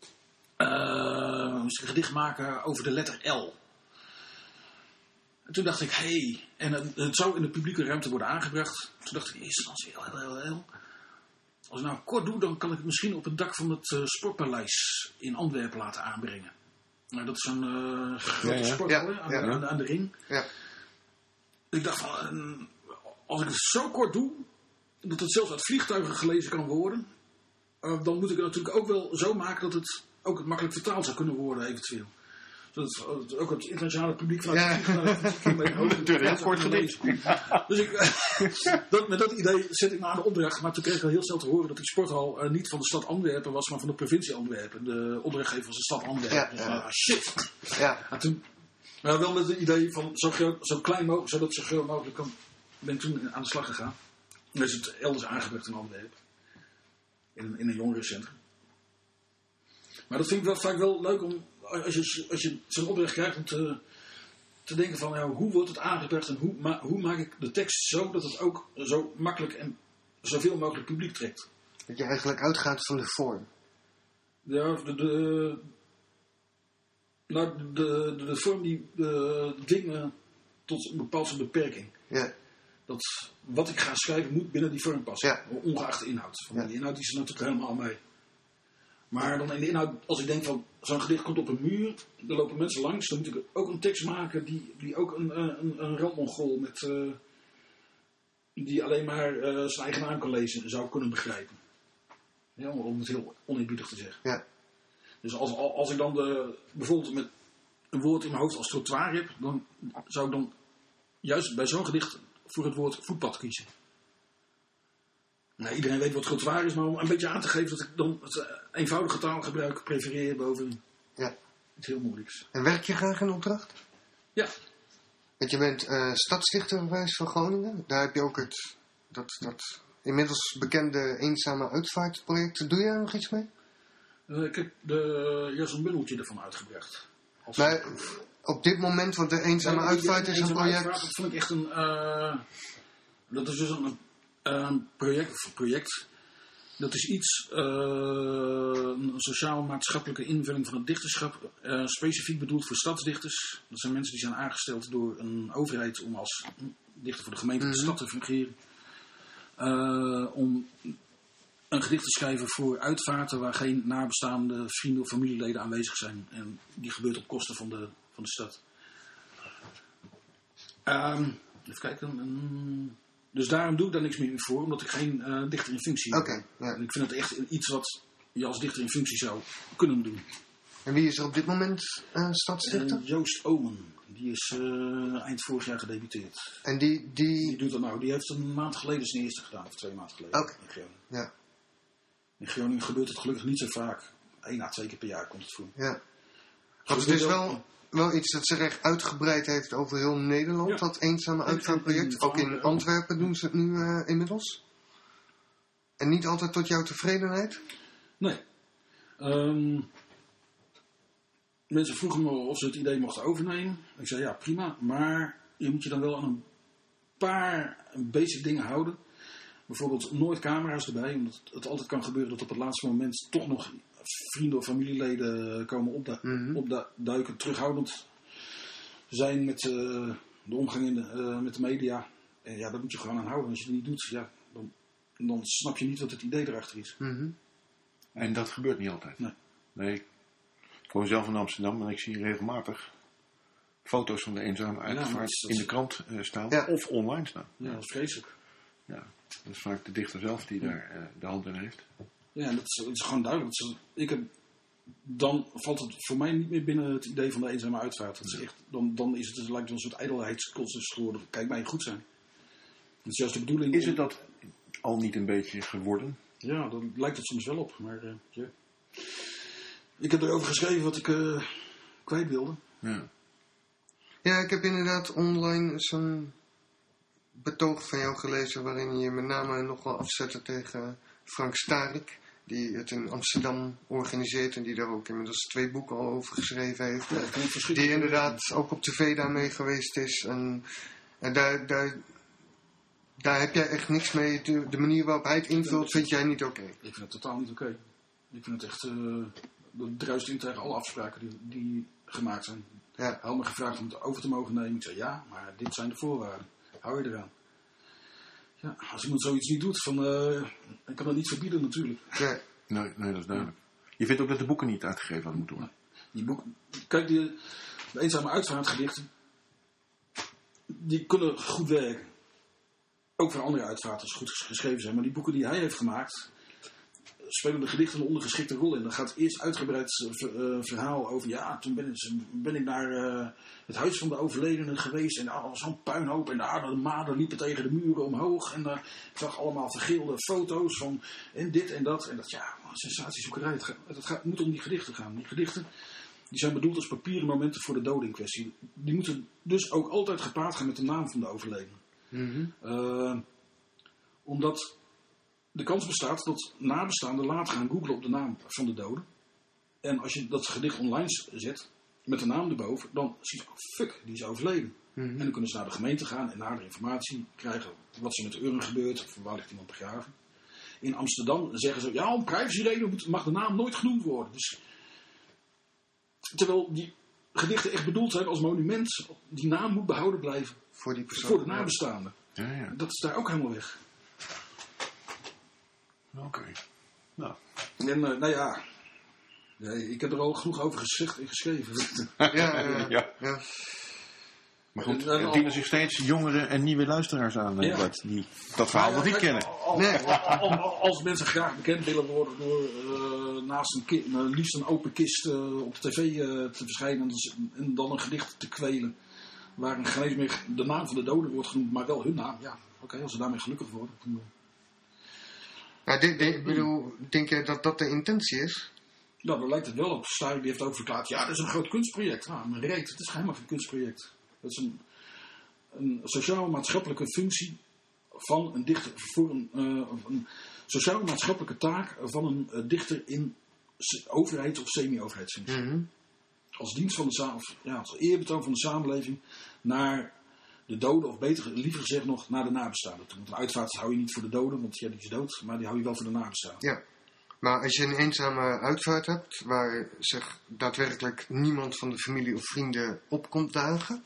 Moest ik een gedicht maken over de letter L. En toen dacht ik, en het zou in de publieke ruimte worden aangebracht. Toen dacht ik in eerste instantie, L. Als ik nou kort doe, dan kan ik het misschien op het dak van het Sportpaleis in Antwerpen laten aanbrengen. Nou, dat is een grote sporthal aan de ring. Ja. Ik dacht van, als ik het zo kort doe, dat het zelfs uit vliegtuigen gelezen kan worden, dan moet ik het natuurlijk ook wel zo maken dat het ook makkelijk vertaald zou kunnen worden eventueel. Zodat ook het internationale publiek van heel kort gedicht. Dus met dat idee zet ik me aan de opdracht. Maar toen kreeg ik al heel snel te horen dat die sporthal niet van de stad Antwerpen was, maar van de provincie Antwerpen. De opdrachtgever was de stad Antwerpen. Shit. Ja. En toen, maar wel met het idee van zo klein mogelijk, zodat het zo groot mogelijk kan, ben ik toen aan de slag gegaan. En dan is het elders aangebracht in Antwerpen. In een jongerencentrum. Maar dat vind ik wel vaak wel leuk om, als je zo'n opdracht krijgt om te denken van, hoe wordt het aangebracht en hoe maak ik de tekst zo dat het ook zo makkelijk en zoveel mogelijk publiek trekt. Dat je eigenlijk uitgaat van de vorm. Ja, de vorm die dingen tot een bepaalde beperking. Ja. Dat wat ik ga schrijven moet binnen die vorm passen. Ja. Ongeacht de inhoud. Van die inhoud die is natuurlijk helemaal mee. Maar dan in de inhoud, als ik denk van zo'n gedicht komt op een muur, er lopen mensen langs, dan moet ik ook een tekst maken die ook een randmongool met die alleen maar zijn eigen naam kan lezen zou kunnen begrijpen. Ja, om het heel oneerbiedig te zeggen. Ja. Dus als ik dan bijvoorbeeld met een woord in mijn hoofd als trottoir heb, dan zou ik dan juist bij zo'n gedicht voor het woord voetpad kiezen. Nou, iedereen weet wat trottoir is, maar om een beetje aan te geven dat ik dan het eenvoudige taalgebruik prefereer boven iets heel moeilijks. En werk je graag in opdracht? Ja. Want je bent stadsdichter geweest van Groningen. Daar heb je ook dat inmiddels bekende eenzame uitvaartproject. Doe je daar nog iets mee? Ik heb juist een bundeltje ervan uitgebracht. Maar op dit moment, want de eenzame uitvaart is een project... Dat vond ik echt een... dat is dus een project. Dat is iets... een sociaal-maatschappelijke invulling van het dichterschap. Specifiek bedoeld voor stadsdichters. Dat zijn mensen die zijn aangesteld door een overheid om als dichter voor de gemeente of de stad te fungeren. Om een gedicht te schrijven voor uitvaarten waar geen nabestaande vrienden of familieleden aanwezig zijn. En die gebeurt op kosten van de stad. Even kijken. Dus daarom doe ik daar niks meer voor, omdat ik geen dichter in functie heb. Oké, ja. En ik vind het echt iets wat je als dichter in functie zou kunnen doen. En wie is er op dit moment stadsdichter? Joost Omen. Die is eind vorig jaar gedebuteerd. En die doet dat nou. Die heeft een maand geleden zijn eerste gedaan, of 2 maanden geleden. Oké. In Groningen. Ja. In Groningen gebeurt het gelukkig niet zo vaak. 1 à 2 keer per jaar komt het voor. Ja. Want het is wel iets dat zich echt uitgebreid heeft over heel Nederland. Ja. Dat eenzame uitvaartproject. Ook in Antwerpen doen ze het nu inmiddels. En niet altijd tot jouw tevredenheid? Nee. Mensen vroegen me of ze het idee mochten overnemen. Ik zei ja, prima. Maar je moet je dan wel aan een paar basic dingen houden. Bijvoorbeeld nooit camera's erbij. Omdat het altijd kan gebeuren dat op het laatste moment toch nog vrienden of familieleden komen opduiken. Terughoudend zijn met de omgang met de media. En ja, daar moet je gewoon aan houden. Als je het niet doet, ja, dan snap je niet wat het idee erachter is. Mm-hmm. En dat gebeurt niet altijd? Nee. Ik woon zelf in Amsterdam en ik zie regelmatig foto's van de eenzame uitvaart in de krant staan. Ja. Of online staan. Ja, dat is vreselijk. Ja, dat is vaak de dichter zelf die daar de hand in heeft. Ja, dat is gewoon duidelijk. Dan valt het voor mij niet meer binnen het idee van de eenzame uitvaart. Dat is echt, dan is het lijkt een soort ijdelheidscultus geworden. Kijk mij goed zijn. Dat is juist de bedoeling. Is het dat al niet een beetje geworden? Ja, dan lijkt het soms wel op. Maar ja. Ik heb erover geschreven wat ik kwijt wilde. Ja. Ja, ik heb inderdaad online zo'n betoog van jou gelezen waarin je met name nogal afzette tegen Frank Starik, die het in Amsterdam organiseert en die daar ook inmiddels 2 boeken al over geschreven heeft. Ja, die inderdaad ook op tv daarmee geweest is. En daar heb jij echt niks mee. De manier waarop hij het invult vind jij niet oké? Ik vind het totaal niet oké. Ik vind het echt... dat druist in tegen alle afspraken die gemaakt zijn. Ja. Hij had me gevraagd om het over te mogen nemen. Ik zei ja, maar dit zijn de voorwaarden. Hou je eraan. Ja, als iemand zoiets niet doet, ik kan dat niet verbieden natuurlijk. Ja. Nee, dat is duidelijk. Je vindt ook dat de boeken niet uitgegeven hadden moeten worden? Die boeken, kijk, de eenzame uitvaartgedichten, die kunnen goed werken. Ook voor andere uitvaarters goed geschreven zijn. Maar die boeken die hij heeft gemaakt, spelen de gedichten een ondergeschikte rol in. Dan gaat eerst uitgebreid verhaal over... Ja, toen ben ik naar het huis van de overledene geweest. En daar was zo'n puinhoop. En de maden liepen tegen de muren omhoog. En ik zag allemaal vergeelde foto's van... En dit en dat. En dat, ja, sensatiezoekerij. Het moet om die gedichten gaan. Die gedichten die zijn bedoeld als papieren momenten voor de doden in kwestie. Die moeten dus ook altijd gepaard gaan met de naam van de overledene. Mm-hmm. Omdat... De kans bestaat dat nabestaanden later gaan googlen op de naam van de dode. En als je dat gedicht online zet, met de naam erboven, dan zie je, fuck, die is overleden. Mm-hmm. En dan kunnen ze naar de gemeente gaan en nader informatie krijgen wat er met de urn gebeurt, of waar ligt iemand begraven. In Amsterdam zeggen ze, ja, om privacyreden mag de naam nooit genoemd worden. Dus, terwijl die gedichten echt bedoeld zijn als monument, die naam moet behouden blijven. Voor die persoon. Voor de nabestaanden. Ja. Dat is daar ook helemaal weg. Oké. Nou. En nou ja, Nee, ik heb er al genoeg over gezegd en geschreven. Ja. Maar goed, er dienen zich steeds jongere en nieuwe luisteraars aan, Bart, die dat verhaal nog niet kennen. Als mensen graag bekend willen worden door naast liefst een open kist op de tv te verschijnen en dan een gedicht te kwelen, waar geen eens meer de naam van de dode wordt genoemd, maar wel hun naam. Ja, oké, als ze daarmee gelukkig worden. Denk jij dat dat de intentie is? Nou, daar lijkt het wel op. Starek die heeft ook verklaard, ja, dat is een groot kunstproject. Nou, maar reet, het is helemaal geen kunstproject. Dat is een sociaal-maatschappelijke functie van een dichter, voor een sociaal-maatschappelijke taak van een dichter in overheids- of semi-overheidsfunctie. Mm-hmm. Als dienst van als eerbetoon van de samenleving naar de doden, of liever gezegd nog, naar de nabestaanden toe. Want een uitvaart hou je niet voor de doden, want die is dood, maar die hou je wel voor de nabestaanden. Ja, maar als je een eenzame uitvaart hebt, waar zich daadwerkelijk niemand van de familie of vrienden op komt dagen,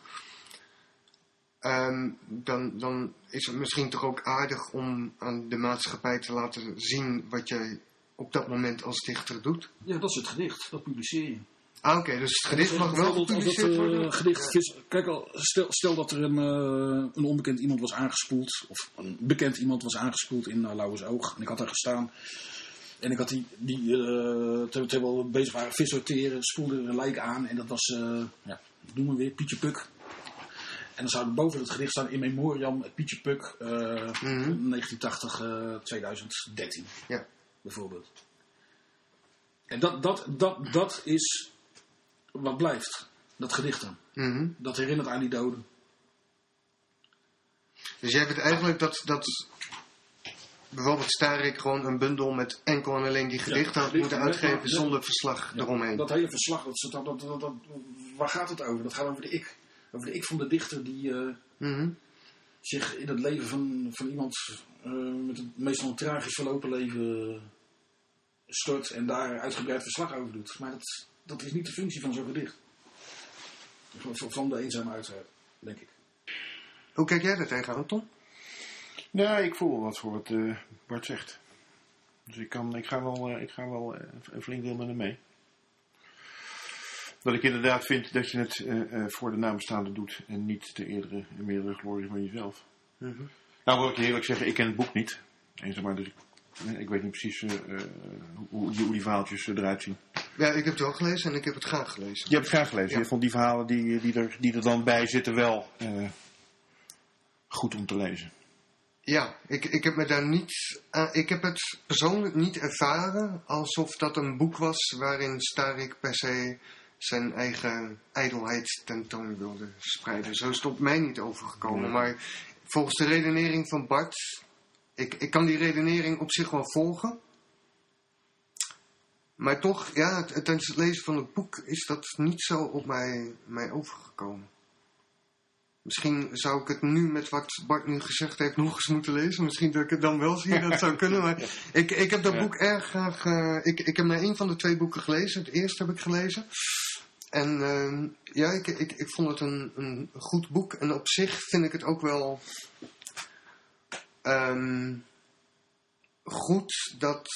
dan is het misschien toch ook aardig om aan de maatschappij te laten zien wat jij op dat moment als dichter doet. Ja, dat is het gedicht, dat publiceer je. Ah, oké, dus het gedicht mag wel gepubliceerd worden? Kijk al, stel dat er een onbekend iemand was aangespoeld, of een bekend iemand was aangespoeld in Lauwersoog, en ik had daar gestaan. En ik had terwijl we bezig waren vis sorteren, spoelde er een lijk aan. En dat was, noem maar weer, Pietje Puk. En dan zou er boven het gedicht staan in memoriam Pietje Puk, 1980, 2013. Ja. Bijvoorbeeld. En dat is wat blijft. Dat gedicht dan. Mm-hmm. Dat herinnert aan die doden. Dus jij vindt eigenlijk dat bijvoorbeeld Starek gewoon een bundel met enkel en alleen die gedichten had moeten uitgeven zonder verslag eromheen. Dat hele verslag, waar gaat het over? Dat gaat over de ik. Over de ik van de dichter die zich in het leven van iemand met een meestal een tragisch verlopen leven stort en daar uitgebreid verslag over doet. Maar dat is niet de functie van zo'n gedicht. Van de eenzame uitvaart, denk ik. Hoe kijk jij daar tegenaan, Tom? Nou, ik voel wel wat voor wat Bart zegt. Dus ik ga wel een flink deel met hem mee. Dat ik inderdaad vind dat je het voor de nabestaanden doet en niet de eerdere en meerdere glorie van jezelf. Mm-hmm. Nou, wil ik je eerlijk zeggen, ik ken het boek niet. Dus ik weet niet precies hoe die verhaaltjes eruit zien. Ja, ik heb het wel gelezen en ik heb het graag gelezen. Je hebt het graag gelezen. Ja. Je vond die verhalen die er dan bij zitten wel goed om te lezen. Ja, ik heb me daar niet. Ik heb het persoonlijk niet ervaren alsof dat een boek was waarin Starek per se zijn eigen ijdelheid tentoon wilde spreiden. Zo is het op mij niet overgekomen. Nee. Maar volgens de redenering van Bart, ik kan die redenering op zich wel volgen. Maar toch, ja, tijdens het lezen van het boek is dat niet zo op mij overgekomen. Misschien zou ik het nu met wat Bart nu gezegd heeft nog eens moeten lezen. Misschien dat ik het dan wel zie, dat zou kunnen. Maar ik heb dat boek erg graag. Ik heb maar 1 van de 2 boeken gelezen. Het eerste heb ik gelezen. En ik vond het een goed boek. En op zich vind ik het ook wel goed dat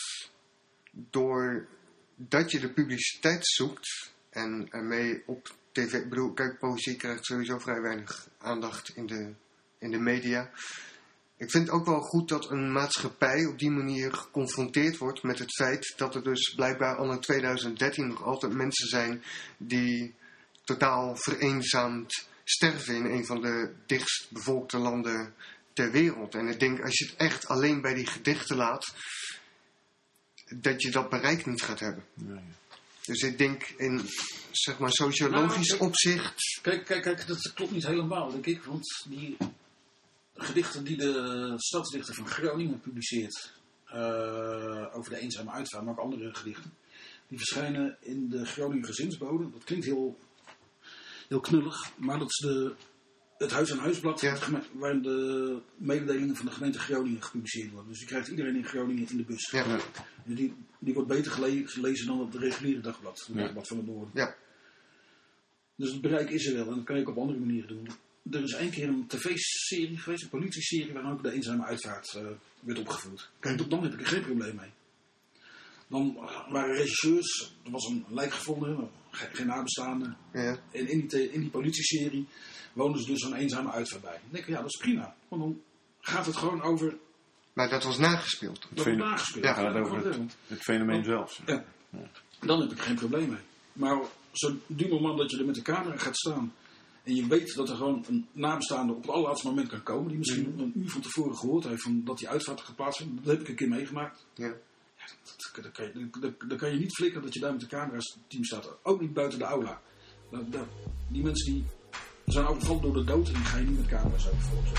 doordat je de publiciteit zoekt en ermee op TV, ik bedoel, kijk, poëzie krijgt sowieso vrij weinig aandacht in de media. Ik vind het ook wel goed dat een maatschappij op die manier geconfronteerd wordt met het feit dat er dus blijkbaar al in 2013 nog altijd mensen zijn die totaal vereenzaamd sterven in een van de dichtst bevolkte landen ter wereld. En ik denk, als je het echt alleen bij die gedichten laat, dat je dat bereik niet gaat hebben. Nee. Dus ik denk in, zeg maar, sociologisch opzicht. Kijk, dat klopt niet helemaal, denk ik. Want die gedichten die de stadsdichter van Groningen publiceert over de eenzame uitvaart, maar ook andere gedichten, die verschijnen in de Groninger Gezinsbode. Dat klinkt heel knullig, maar dat is het Huis aan Huisblad, ja, waarin de mededelingen van de gemeente Groningen gepubliceerd worden. Dus die krijgt iedereen in Groningen in de bus. Ja. En die wordt beter gelezen dan het reguliere dagblad, het Dagblad van het Noorden. Ja. Dus het bereik is er wel en dat kan je ook op andere manieren doen. Er is 1 keer een tv-serie geweest, een politieserie, waarin ook de eenzame uitvaart werd opgevoerd. Kijk, tot dan heb ik er geen probleem mee. Dan waren regisseurs, er was een lijk gevonden, geen nabestaanden. Ja. En in die politieserie woonden ze dus zo'n eenzame uitvaart bij. Dan denk ik, ja, dat is prima. Want dan gaat het gewoon over... Maar dat was nagespeeld. Dat wordt nagespeeld. Ja, gaat over het fenomeen zelf. Ja. Dan heb ik geen probleem mee. Maar zo die moment dat je er met de camera gaat staan... en je weet dat er gewoon een nabestaande op het allerlaatste moment kan komen... die misschien een uur van tevoren gehoord heeft van dat die uitvaart geplaatst wordt. Dat heb ik een keer meegemaakt. Ja. Dan kan je niet flikken dat je daar met de camerateam staat. Ook niet buiten de aula. Die mensen die zijn overvallen door de dood... en die ga je niet met camera's overvallen.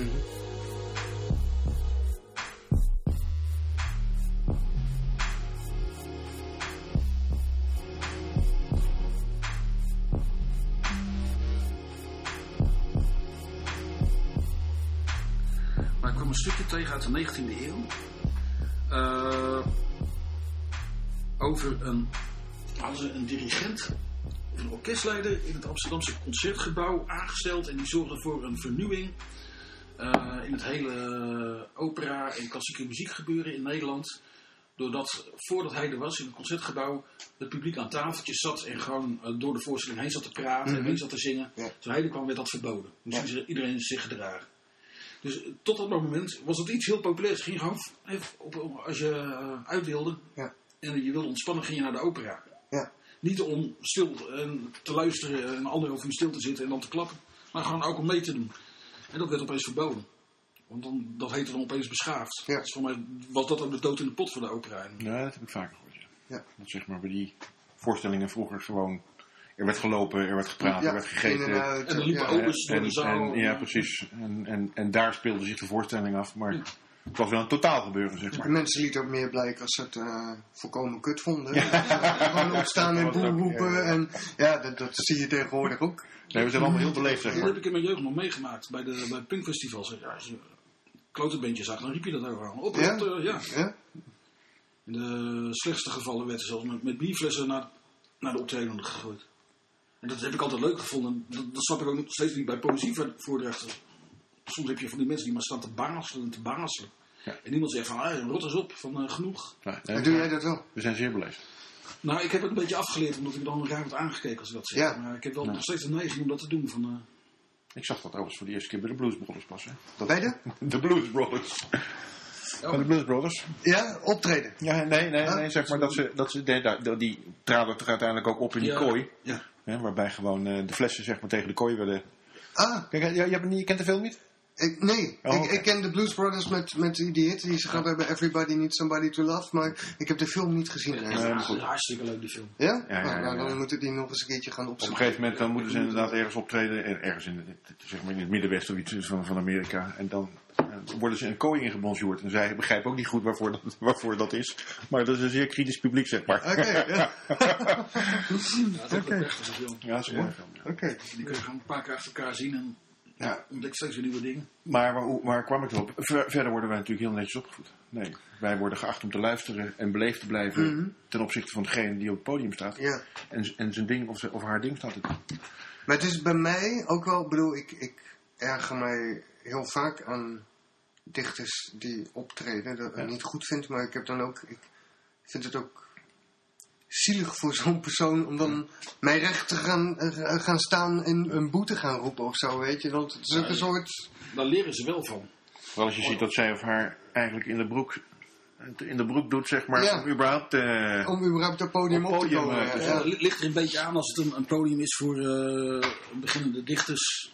Maar ik kwam een stukje tegen uit de 19e eeuw. Over hadden ze een dirigent, een orkestleider in het Amsterdamse Concertgebouw aangesteld. En die zorgde voor een vernieuwing in het hele opera en klassieke muziekgebeuren in Nederland. Doordat, voordat hij er was in het Concertgebouw, het publiek aan tafeltjes zat en gewoon door de voorstelling heen zat te praten en heen zat te zingen. Ja. Toen hij er kwam werd dat verboden. Dus moest iedereen zich gedragen. Dus tot dat moment was het iets heel populairs. Ging gewoon als je uit wilde en je wilde ontspannen, ging je naar de opera. Ja. Niet om stil te luisteren en 1,5 uur stil te zitten en dan te klappen. Maar gewoon ook om mee te doen. En dat werd opeens verboden. Want dat heette dan opeens beschaafd. Ja. Dus voor mij was dat ook de dood in de pot voor de opera. Ja, dat heb ik vaker gehoord. Ja. Dat zeg maar bij die voorstellingen vroeger gewoon... Er werd gelopen, er werd gepraat, er werd gegeten. En er liepen opens door de zaal. Ja, precies. En daar speelde zich de voorstelling af. Maar het was wel een totaal gebeuren, zeg maar. De mensen lieten ook meer blijken als ze het volkomen kut vonden. Ja. Gewoon opstaan en boel roepen. Ja. En dat zie je tegenwoordig ook. Nee, we zijn allemaal heel beleefd, zeg maar. Dat heb ik in mijn jeugd nog meegemaakt bij punkfestivals. Ja, als je klote bandjes zag, dan riep je dat ook aan. Op, ja. In de slechtste gevallen werd er zelfs met bierflessen naar de optredenden gegooid. En dat heb ik altijd leuk gevonden. Dat snap ik ook nog steeds niet bij poëzievoordrachten. Soms heb je van die mensen die maar staan te bangelen. Ja. En iemand zegt van, rot eens op, van genoeg. Ja, doe jij dat wel? We zijn zeer beleefd. Nou, ik heb het een beetje afgeleerd, omdat ik dan raar word aangekeken als ik dat zeg. Ja. Maar ik heb wel nog steeds de neiging om dat te doen. Ik zag dat overigens voor de eerste keer bij de Blues Brothers pas. Hè. Bij de? De Blues Brothers. Van de Blues Brothers. Ja, optreden. Ja, nee, zeg maar die traden er uiteindelijk ook op in die kooi. Ja. Hè, waarbij gewoon de flessen zeg maar tegen de kooi werden... Kijk, je kent de film niet? Ik ken de Blues Brothers met die hit die ze gehad hebben, Everybody Needs Somebody to Love, maar ik heb de film niet gezien. Ja, hartstikke leuk die film. Ja? Dan moeten die nog eens een keertje gaan opzoeken. Op een gegeven moment dan moeten ze inderdaad ergens optreden, ergens in het Middenwesten of iets van Amerika, en dan worden ze een kooi ingebonjourd. En zij begrijpen ook niet goed waarvoor dat is, maar dat is een zeer kritisch publiek, zeg maar. Oké. Ja, dat is een mooie film. Oké. Die kun je gewoon een paar keer achter elkaar zien en... Ja, ontdek steeds weer nieuwe dingen. Maar waar kwam ik op? Verder worden wij natuurlijk heel netjes opgevoed. Nee, wij worden geacht om te luisteren en beleefd te blijven ten opzichte van degene die op het podium staat. Ja. En zijn ding of haar ding staat te doen. Maar het is bij mij ook wel, ik erger mij heel vaak aan dichters die optreden. Dat ik niet goed vind, maar ik vind het ook zielig voor zo'n persoon om dan mij recht te gaan staan en een boete gaan roepen of zo, weet je. Want het is ook een soort... Daar leren ze wel van. Vooral als je ziet dat zij of haar eigenlijk in de broek doet, zeg maar, om überhaupt het podium op te komen. Het ligt er een beetje aan als het een podium is voor beginnende dichters.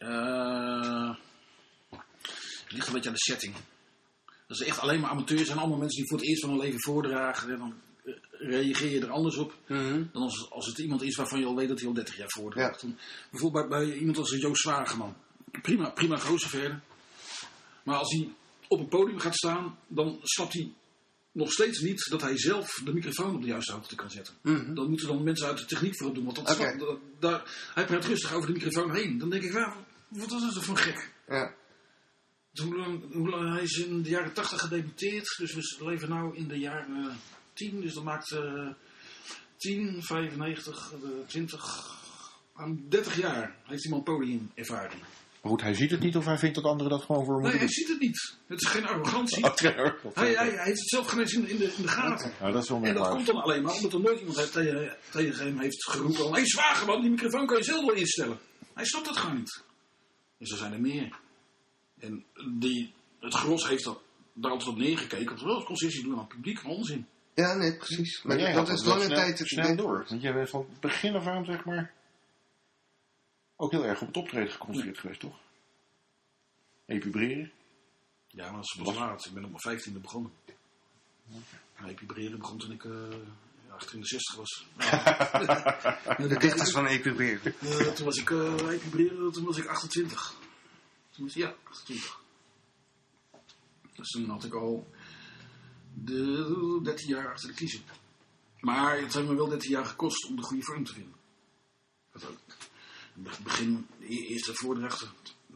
Het ligt een beetje aan de setting. Dat is echt alleen maar amateurs en allemaal mensen die voor het eerst van hun leven voordragen. En dan reageer je er anders op dan als het iemand is waarvan je al weet dat hij al 30 jaar voordraagt. Ja. Bijvoorbeeld bij iemand als Joost Zwageman. Prima gozer verder. Maar als hij op een podium gaat staan, dan snapt hij nog steeds niet dat hij zelf de microfoon op de juiste hoogte kan zetten. Dan moeten dan mensen uit de techniek voor het doen. Want hij praat rustig over de microfoon heen. Dan denk ik, wat is dat voor een gek? Ja. Hij is in de jaren 80 gedebuteerd, dus we leven nu in de jaren 10, dus dat maakt 10, 95, 20, 30 jaar heeft hij al podiumervaring. Maar goed, hij ziet het niet of hij vindt dat anderen dat gewoon voor hem Nee, moeten hij ziet het niet. Het is geen arrogantie. doen? Hij heeft het zelf geen eens in de gaten. Nou, dat is wel En dat merkwaardig. komt dan alleen maar omdat er nooit iemand tegen hem heeft geroepen. Hé, Zwageman, die microfoon kan je zelf wel instellen. Hij snapt het gewoon niet. En zo zijn er meer. En het gros heeft daar altijd op neergekeken. Wel, concessie doen aan publiek, onzin. Ja, nee, precies. Maar jij dat had is wel lange tijd het snel idee. door. Want jij bent van het begin af aan, zeg maar, ook heel erg op het optreden geconcentreerd geweest, toch? Epibreren. Ja, maar dat is pas laat. Ik ben op mijn 15e begonnen. Nou, epibreren begon toen ik 68 was. De dichters van Epibreren. Toen was ik epibreren, toen was ik 28. Toen was ik, 28. Dus toen had ik al 13 jaar achter de kiezen. Maar het heeft me wel 13 jaar gekost om de goede vorm te vinden. Dat ook. In het begin, de eerste voordrachten.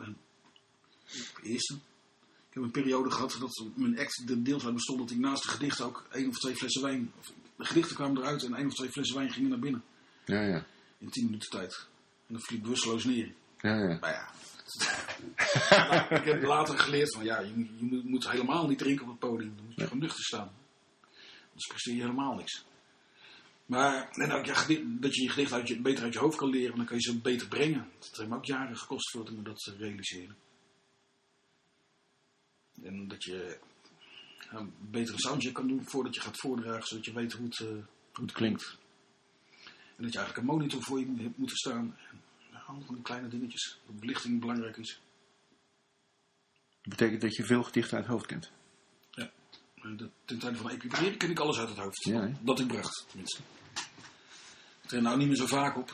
Ik heb een periode gehad dat mijn act er deels uit bestond dat ik naast de gedichten ook 1 of 2 flessen wijn... De gedichten kwamen eruit en 1 of 2 flessen wijn gingen naar binnen. Ja. In 10 minuten tijd. En dan viel ik bewusteloos neer. Ja. Maar ja... ik heb later geleerd van je moet helemaal niet drinken op het podium. Dan moet je gewoon nuchter staan. Anders presteer je helemaal niks. Maar dat je gedicht beter uit je hoofd kan leren, dan kan je ze beter brengen. Dat heeft me ook jaren gekost voordat ik me dat realiseerde. En dat je een betere soundcheck kan doen voordat je gaat voordragen, zodat je weet hoe het klinkt. En dat je eigenlijk een monitor voor je hebt moeten staan. Allemaal van die kleine dingetjes. Dat belichting belangrijk is. Dat betekent dat je veel gedichten uit het hoofd kent. Ja. Ten tijde van epibreren ken ik alles uit het hoofd. Ja, hè? Dat ik bracht, tenminste. Ik train nou niet meer zo vaak op.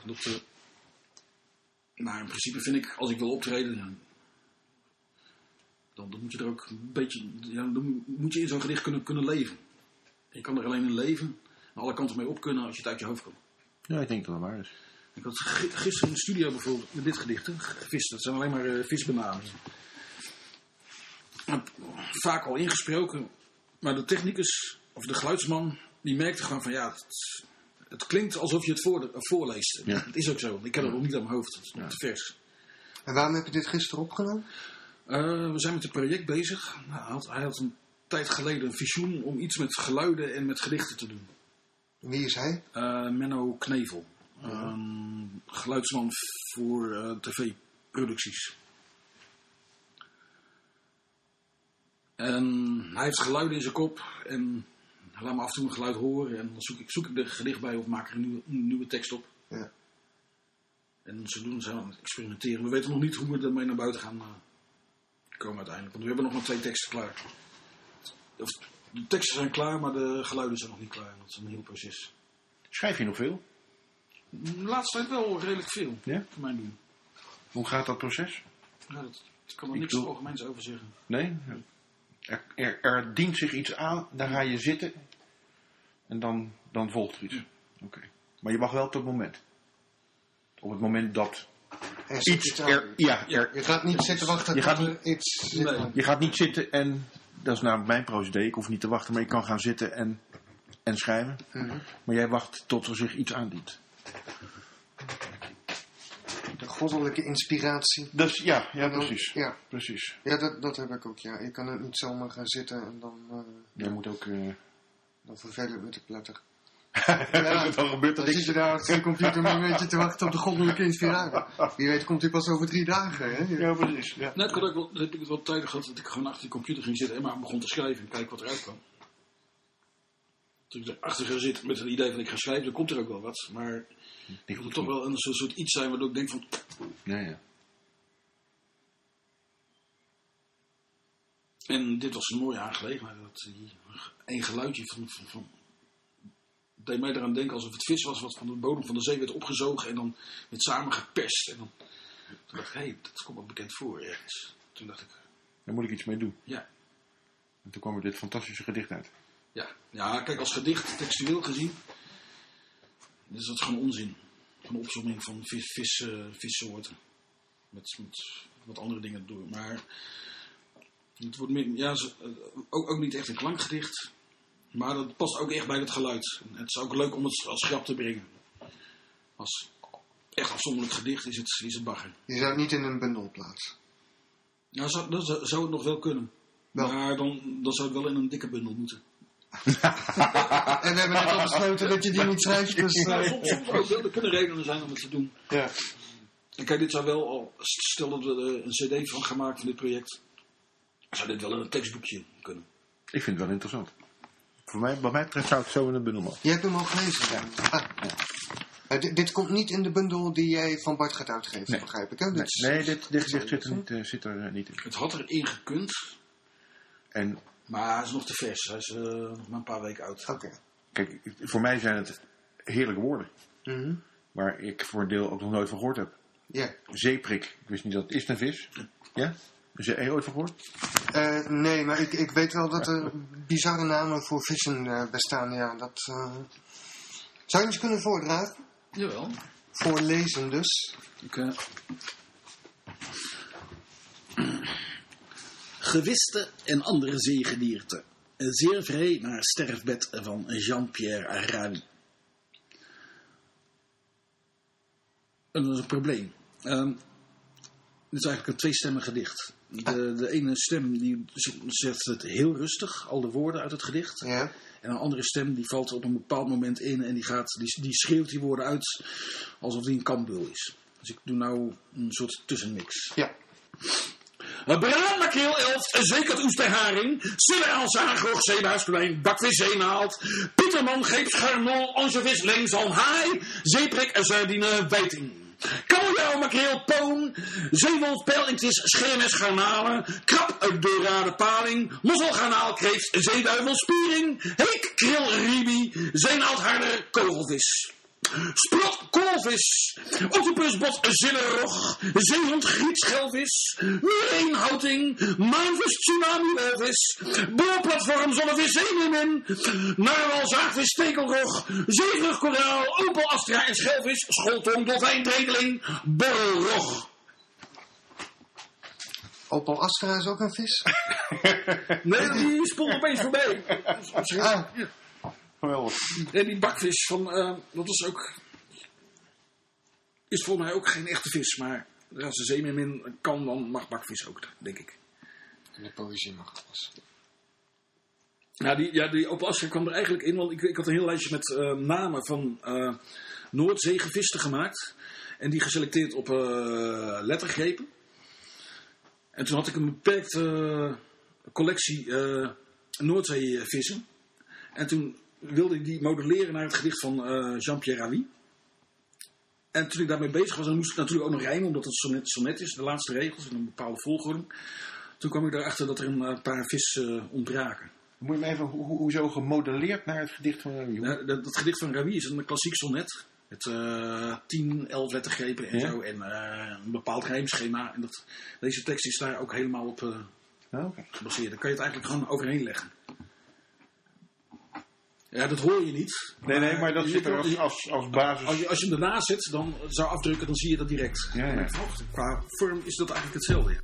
Maar in principe vind ik, als ik wil optreden... Dan moet je er ook een beetje... dan moet je in zo'n gedicht kunnen leven. Je kan er alleen in leven. En alle kanten mee op kunnen als je het uit je hoofd kan. Ja, ik denk dat dat waar is. Ik had gisteren in de studio bijvoorbeeld met dit gedicht. Vis, dat zijn alleen maar visbenamingen. Vaak al ingesproken. Maar de technicus, of de geluidsman, die merkte gewoon van het klinkt alsof je het voorleest. Ja. Het is ook zo. Ik ken het nog niet aan mijn hoofd. Het is nog te vers. En waarom heb je dit gisteren opgenomen? We zijn met een project bezig. Hij had een tijd geleden een visioen om iets met geluiden en met gedichten te doen. Wie is hij? Menno Knevel. Geluidsman voor tv-producties. En hij heeft geluiden in zijn kop en hij laat me af en toe een geluid horen en dan zoek ik er gedicht bij of maak er een nieuwe tekst op. Ja. En zodoende zijn we aan het experimenteren. We weten nog niet hoe we ermee naar buiten gaan komen uiteindelijk. Want we hebben nog maar 2 teksten klaar. De teksten zijn klaar, maar de geluiden zijn nog niet klaar. Dat is een heel proces. Schrijf je nog veel? De laatste tijd wel redelijk veel. Ja? Voor mijn doen. Hoe gaat dat proces? Ja, ik kan er niks algemeens over zeggen. Nee? Er dient zich iets aan, dan ga je zitten en dan volgt er iets. Ja. Oké. Maar je mag wel op het moment. Op het moment dat Er iets je gaat niet zitten wachten Je tot gaat er iets zit. Nee. gaat niet zitten en dat is namelijk mijn procedé. Ik hoef niet te wachten, maar ik kan gaan zitten en schrijven. Mhm. Maar jij wacht tot er zich iets aandient. De goddelijke inspiratie. Dus ja, precies. Ja, Precies. ja dat heb ik ook, ja. Ik kan het niet zomaar gaan zitten en dan Jij moet ook... dan vervelen met de platter. dan gebeurt er Dan niks. zit je daar achter de computer maar een beetje te wachten op de goddelijke inspiratie. Wie weet komt hij pas over 3 dagen, hè? Ja, precies. Ja. Nou, dat heb ik het wel tijdig gehad dat ik gewoon achter die computer ging zitten en maar begon te schrijven en kijken wat eruit kwam. Als ik erachter ga zitten met het idee van ik ga schrijven, dan komt er ook wel wat. Maar het moet toch wel een soort iets zijn waardoor ik denk van... Ja. En dit was een mooie aangelegenheid. Dat één geluidje van deed mij eraan denken alsof het vis was wat van de bodem van de zee werd opgezogen en dan werd samengeperst. En dan toen dacht ik, dat komt me bekend voor ergens. Toen dacht ik, Daar moet ik iets mee doen. ja. En toen kwam er dit fantastische gedicht uit. Ja, kijk, als gedicht, textueel gezien, is dat gewoon onzin. Een opzomming van vissoorten. Met wat andere dingen door. Maar het wordt meer, ook niet echt een klankgedicht. Maar dat past ook echt bij het geluid. En het is ook leuk om het als grap te brengen. Als echt afzonderlijk gedicht is het bagger. Je zou het niet in een bundel plaatsen. Ja, dat zou het nog wel kunnen. Wel. Maar dan zou het wel in een dikke bundel moeten. En we hebben net al besloten dat je die niet schrijft. Dus, Soms ook wel. Er kunnen redenen zijn om het te doen. ja. En kijk, dit zou wel al... Stel dat we er een cd van gaan maken van dit project. Zou dit wel in een tekstboekje kunnen. Ik vind het wel interessant. Wat mij betreft zou het zo in een bundel mogen. Je hebt hem al gelezen? Ja. Dit komt niet in de bundel die jij van Bart gaat uitgeven, begrijp ik. Hè? Dit gedicht zit er niet in. Het had erin gekund. Maar hij is nog te vers. Hij is nog maar een paar weken oud. Oké. Kijk, voor mij zijn het heerlijke woorden. Mm-hmm. Waar ik voor een deel ook nog nooit van gehoord heb. Ja. Zeeprik. Ik wist niet dat het is een vis. Ja? Heb je ooit van gehoord? Nee, maar ik weet wel dat er bizarre namen voor vissen bestaan. Ja, dat, zou je eens kunnen voordragen? Jawel. Voorlezen dus. Gewisten en andere zeegedierten. Zeer vrij naar sterfbed van Jean-Pierre Ravi. En dat is een probleem. Dit is eigenlijk een tweestemmig gedicht. De ene stem die zet het heel rustig, al de woorden uit het gedicht. Ja. En een andere stem die valt op een bepaald moment in en die schreeuwt die woorden uit alsof die een kambul is. Dus ik doe nou een soort tussenmix. Ja. Bruin, makreel, elft, zekerd oesterharing, siller, zagrog, zeebuisplein, bakvis, zeenaald, pieterman, greep, scharmol, anchovis, lengzalm, haai, zeeprik, sardine, wijting. Kabeljauw, makreel, poon, zeewolf, peilingvis, scheermes, garnalen, krab, dorade, paling, mosel, garnaal, kreeft, zeeduivel, spiering, heek, kril, ribi, zeenaald, harder, kogelvis. Sprot, koolvis, octopusbot, zillerrog, zeehond, griet, schelvis, mureenhouting, maanvis, tsunami, walvis, boorplatform, zonnevis, zeemeermin, narwal, zaagvis, stekelrog, zeevrug, koraal, opel, astra en schelvis, scholtong, dolfijn, dredeling, borrelrog. Opel Astra is ook een vis? Nee, die spoelt opeens voorbij. En die bakvis van, dat is ook, is volgens mij ook geen echte vis, maar als de zeemeermin kan, dan mag bakvis ook, denk ik. En de poëzie mag alles. Die Opel Astra kwam er eigenlijk in, want ik had een heel lijstje met namen van Noordzeegevisten gemaakt. En die geselecteerd op lettergrepen. En toen had ik een beperkte collectie Noordzeevissen. En toen wilde ik die modelleren naar het gedicht van Jean-Pierre Ravi. En toen ik daarmee bezig was, dan moest ik natuurlijk ook nog rijmen, omdat het sonnet is, de laatste regels, in een bepaalde volgorde. Toen kwam ik erachter dat er een paar vissen ontbraken. Moet je me even, hoezo gemodelleerd naar het gedicht van Ravi? Dat gedicht van Ravi is een klassiek sonnet. Met 10, 11 lettergrepen en zo. En een bepaald rijmschema. En deze tekst is daar ook helemaal op gebaseerd. Daar kan je het eigenlijk gewoon overheen leggen. Ja, dat hoor je niet. Nee, maar dat zit er als basis. Als je hem ernaast zet, dan zou afdrukken, dan zie je dat direct. Ja. Qua vorm is dat eigenlijk hetzelfde.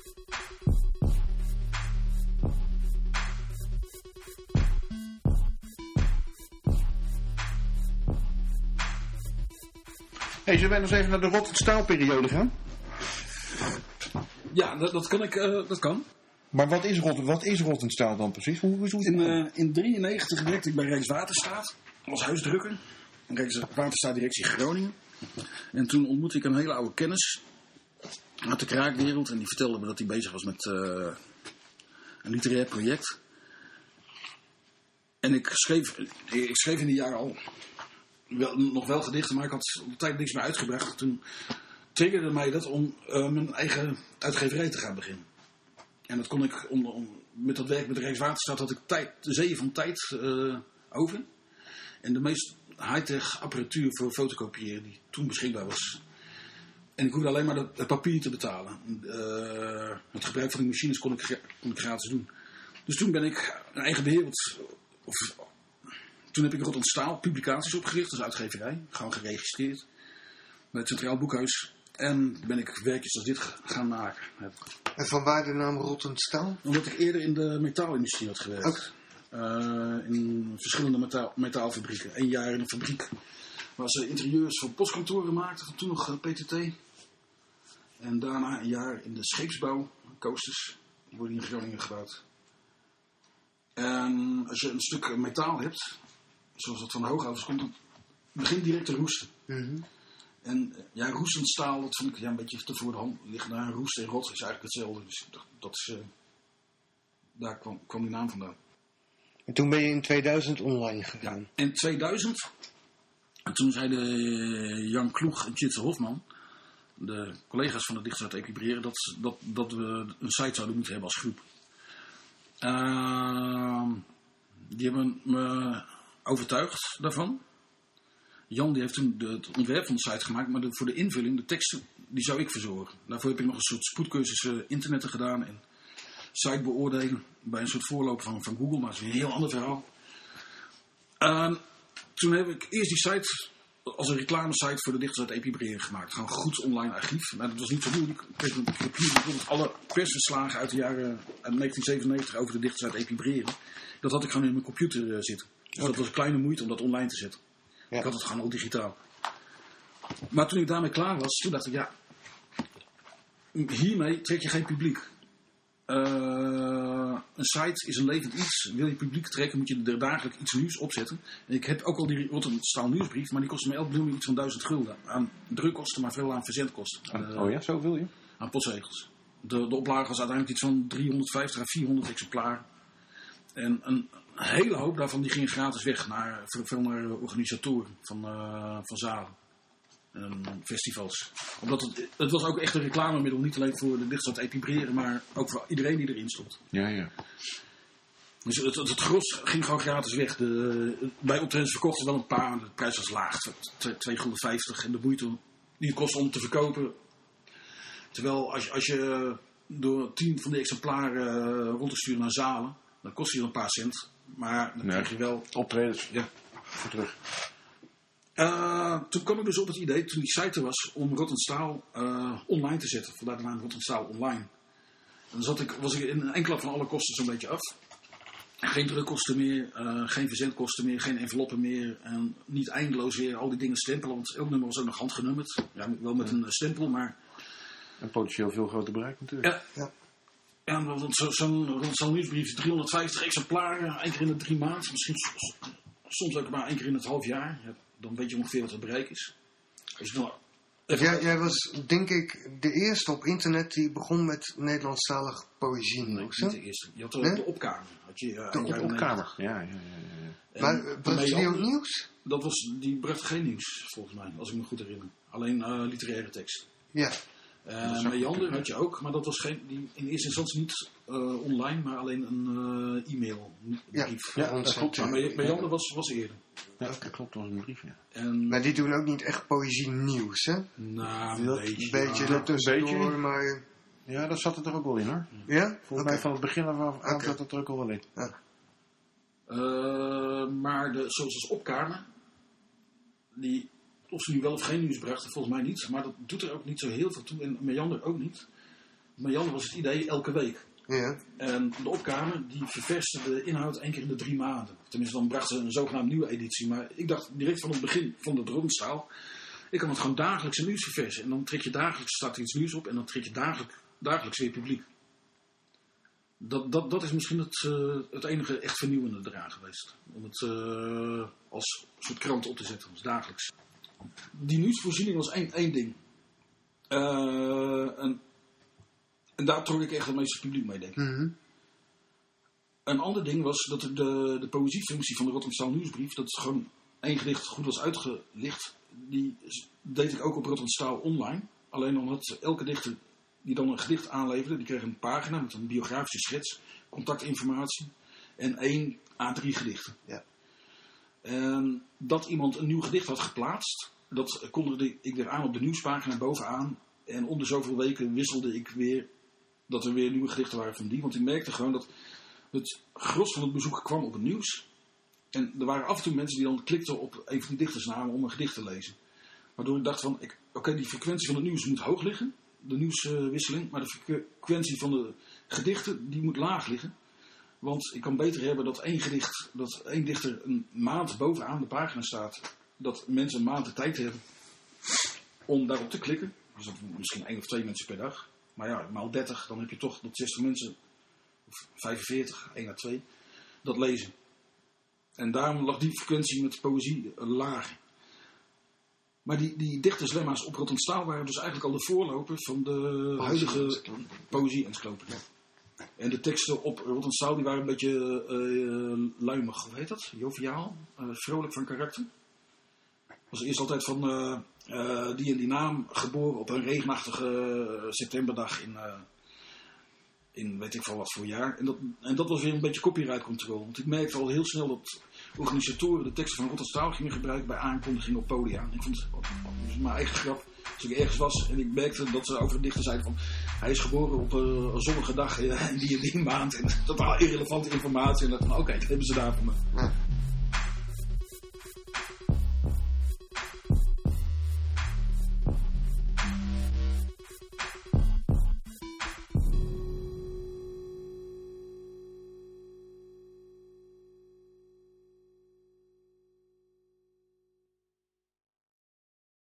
Hey, zullen wij nog eens even naar de rot- en staalperiode gaan? Ja, dat kan ik. Dat kan. Maar wat is rot en staal dan precies? Hoe In 1993 werkte ik bij Rijkswaterstaat als huisdrukker. Rijkswaterstaatdirectie Groningen. En toen ontmoette ik een hele oude kennis uit de kraakwereld. En die vertelde me dat hij bezig was met een literair project. En ik schreef in die jaren al nog wel gedichten, maar ik had op de tijd niks meer uitgebracht. Toen triggerde mij dat om mijn eigen uitgeverij te gaan beginnen. En dat kon ik, met dat werk met de Rijkswaterstaat had ik de zeeën van tijd over. En de meest high-tech apparatuur voor fotocopiëren die toen beschikbaar was. En ik hoefde alleen maar het papier te betalen. Het gebruik van die machines kon ik gratis doen. Dus toen ben ik een eigen beheer, toen heb ik Rot en Staal publicaties opgericht, dus uitgeverij. Gewoon geregistreerd. Bij het Centraal Boekhuis. En ben ik werkjes als dit gaan maken. En vanwaar de naam Rot en Staal? Omdat ik eerder in de metaalindustrie had gewerkt. In verschillende metaalfabrieken. 1 jaar in een fabriek waar ze interieurs voor postkantoren maakten. Toen nog PTT. En daarna een jaar in de scheepsbouw, coasters, die worden in Groningen gebouwd. En als je een stuk metaal hebt, zoals dat van de hoogouders komt, dan begint direct te roesten. Mhm. En ja, roestend staal, dat vind ik een beetje te voor de hand liggen. Daar roest en rot is eigenlijk hetzelfde. Dus dat is, daar kwam die naam vandaan. En toen ben je in 2000 online gegaan. Ja, in 2000, en toen zeiden Jan Kloeg en Tjitse Hofman, de collega's van de Dichters uit Epibreren, dat we een site zouden moeten hebben als groep. Die hebben me overtuigd daarvan. Jan die heeft toen het ontwerp van de site gemaakt, maar voor de invulling, de teksten, die zou ik verzorgen. Daarvoor heb ik nog een soort spoedcursus internetten gedaan en site beoordelen bij een soort voorloper van Google, maar dat is een heel ander verhaal. Toen heb ik eerst die site als een reclamesite voor de Dichters uit Epibreren gemaakt. Gewoon goed online archief. Maar dat was niet zo moeilijk. Ik kreeg een papier bijvoorbeeld alle persverslagen uit de jaren 1997 over de Dichters uit Epibreren. Dat had ik gewoon in mijn computer zitten. Dus dat was een kleine moeite om dat online te zetten. Ja. Ik had het gewoon ook digitaal. Maar toen ik daarmee klaar was, toen dacht ik, ja, hiermee trek je geen publiek. Een site is een levend iets. Wil je publiek trekken, moet je er dagelijks iets nieuws opzetten. En ik heb ook al die Rotterdam Staal nieuwsbrief, maar die kostte me elk nummer iets van 1000 gulden. Aan drukkosten, maar veel aan verzendkosten. Oh ja, zo wil je? Aan postzegels. De oplage was uiteindelijk iets van 350 à 400 exemplaren. En een hele hoop daarvan die gingen gratis weg naar organisatoren van zalen. Festivals. Omdat het was ook echt een reclamemiddel, niet alleen voor de Dichters uit Epibreren, maar ook voor iedereen die erin stond. Ja, ja. Dus het gros ging gewoon gratis weg. Bij optredens verkochten wel een paar, de prijs was laag, 2,50 gulden. En de moeite die het kost om te verkopen. Terwijl als je door 10 van die exemplaren rond te sturen naar zalen, dan kost je een paar cent. Maar dan krijg je wel optredens. Ja. Voor terug. Toen kwam ik dus op het idee, toen die site er was, om Rot en Staal online te zetten. Vandaar de naam Rot en Staal Online. En dan was ik in een enkele van alle kosten zo'n beetje af. Geen drukkosten meer, geen verzendkosten meer, geen enveloppen meer. En niet eindeloos weer al die dingen stempelen, want elk nummer was ook nog handgenummerd. Ja, wel met een stempel, maar... En potentieel veel groter bereik natuurlijk. Ja. Ja, want zo'n nieuwsbrief, 350 exemplaren, 1 keer in de 3 maanden. Misschien soms ook maar 1 keer in het half jaar. Ja, dan weet je ongeveer wat het bereik is. Jij was, denk ik, de eerste op internet die begon met Nederlandstalig poëzienieuws. Nee, niet de eerste. Je had de opkamer. De opkamer, ja. Maar bracht die ook nieuws? Die bracht geen nieuws, volgens mij, als ik me goed herinner. Alleen literaire tekst. Ja. Meander had je ook, maar dat was in eerste instantie niet online, maar alleen een e-mailbrief. Ja, dat klopt. Maar Meander was eerder. Ja, dat klopt, dat was een brief, ja. Maar die doen ook niet echt poëzie-nieuws, hè? Nou, een beetje ertussendoor, maar... Ja, dat zat er toch ook wel in, hoor. Ja? Volgens mij van het begin af aan zat het er ook al wel in. Ja. Maar zoals als opkamer, of ze nu wel of geen nieuws brachten, volgens mij niet. Maar dat doet er ook niet zo heel veel toe. En Meander ook niet. Meander was het idee elke week. Ja. En de opkamer die ververste de inhoud 1 keer in de 3 maanden. Tenminste, dan brachten ze een zogenaamd nieuwe editie. Maar ik dacht direct van het begin van de Rottenstaal, ik kan het gewoon dagelijks een nieuws verversen. En dan trek je dagelijks, staat er iets nieuws op en dan trek je dagelijks weer publiek. Dat is misschien het enige echt vernieuwende eraan geweest. Om het als soort krant op te zetten, als dagelijks. Die nieuwsvoorziening was één ding. En daar trok ik echt het meeste publiek mee, denk ik. Mm-hmm. Een ander ding was dat de poëziefunctie van de Rotterdamstaal nieuwsbrief, dat gewoon 1 gedicht goed was uitgelicht, die deed ik ook op Rotterdamstaal online. Alleen omdat elke dichter die dan een gedicht aanleverde, die kreeg een pagina met een biografische schets, contactinformatie en 1 à 3 gedichten. Ja. En dat iemand een nieuw gedicht had geplaatst, dat kondigde ik weer aan op de nieuwspagina bovenaan. En om de zoveel weken wisselde ik weer dat er weer nieuwe gedichten waren van die. Want ik merkte gewoon dat het gros van het bezoek kwam op het nieuws. En er waren af en toe mensen die dan klikten op een van die dichtersnamen om een gedicht te lezen. Waardoor ik dacht van, oké, die frequentie van het nieuws moet hoog liggen. De nieuwswisseling. Maar de frequentie van de gedichten, die moet laag liggen. Want ik kan beter hebben dat één dichter een maand bovenaan de pagina staat. Dat mensen een maand de tijd hebben om daarop te klikken. Dus dat misschien 1 of 2 mensen per dag. Maar ja, maal 30, dan heb je toch dat 60 mensen, of 45, 1 à 2, dat lezen. En daarom lag die frequentie met poëzie laag. Maar die dichterslemma's op Rotterdam Staal waren dus eigenlijk al de voorloper van de huidige poëzie-encyclopedie. En de teksten op Rotterdam Staal die waren een beetje luimig, hoe heet dat? Joviaal, vrolijk van karakter. Was eerst altijd van die en die naam, geboren op een regenachtige septemberdag in weet ik veel wat voor jaar. En dat was weer een beetje copyright controle. Want ik merkte al heel snel dat organisatoren de teksten van Rotterdam Staal gingen gebruiken bij aankondigingen op podia. En ik vond het mijn eigen grap. Als ik ergens was en ik merkte dat ze over een dichter zeiden van hij is geboren op een zonnige dag in die en die maand. En totaal irrelevante informatie. En dat van oké, dat hebben ze daar voor me.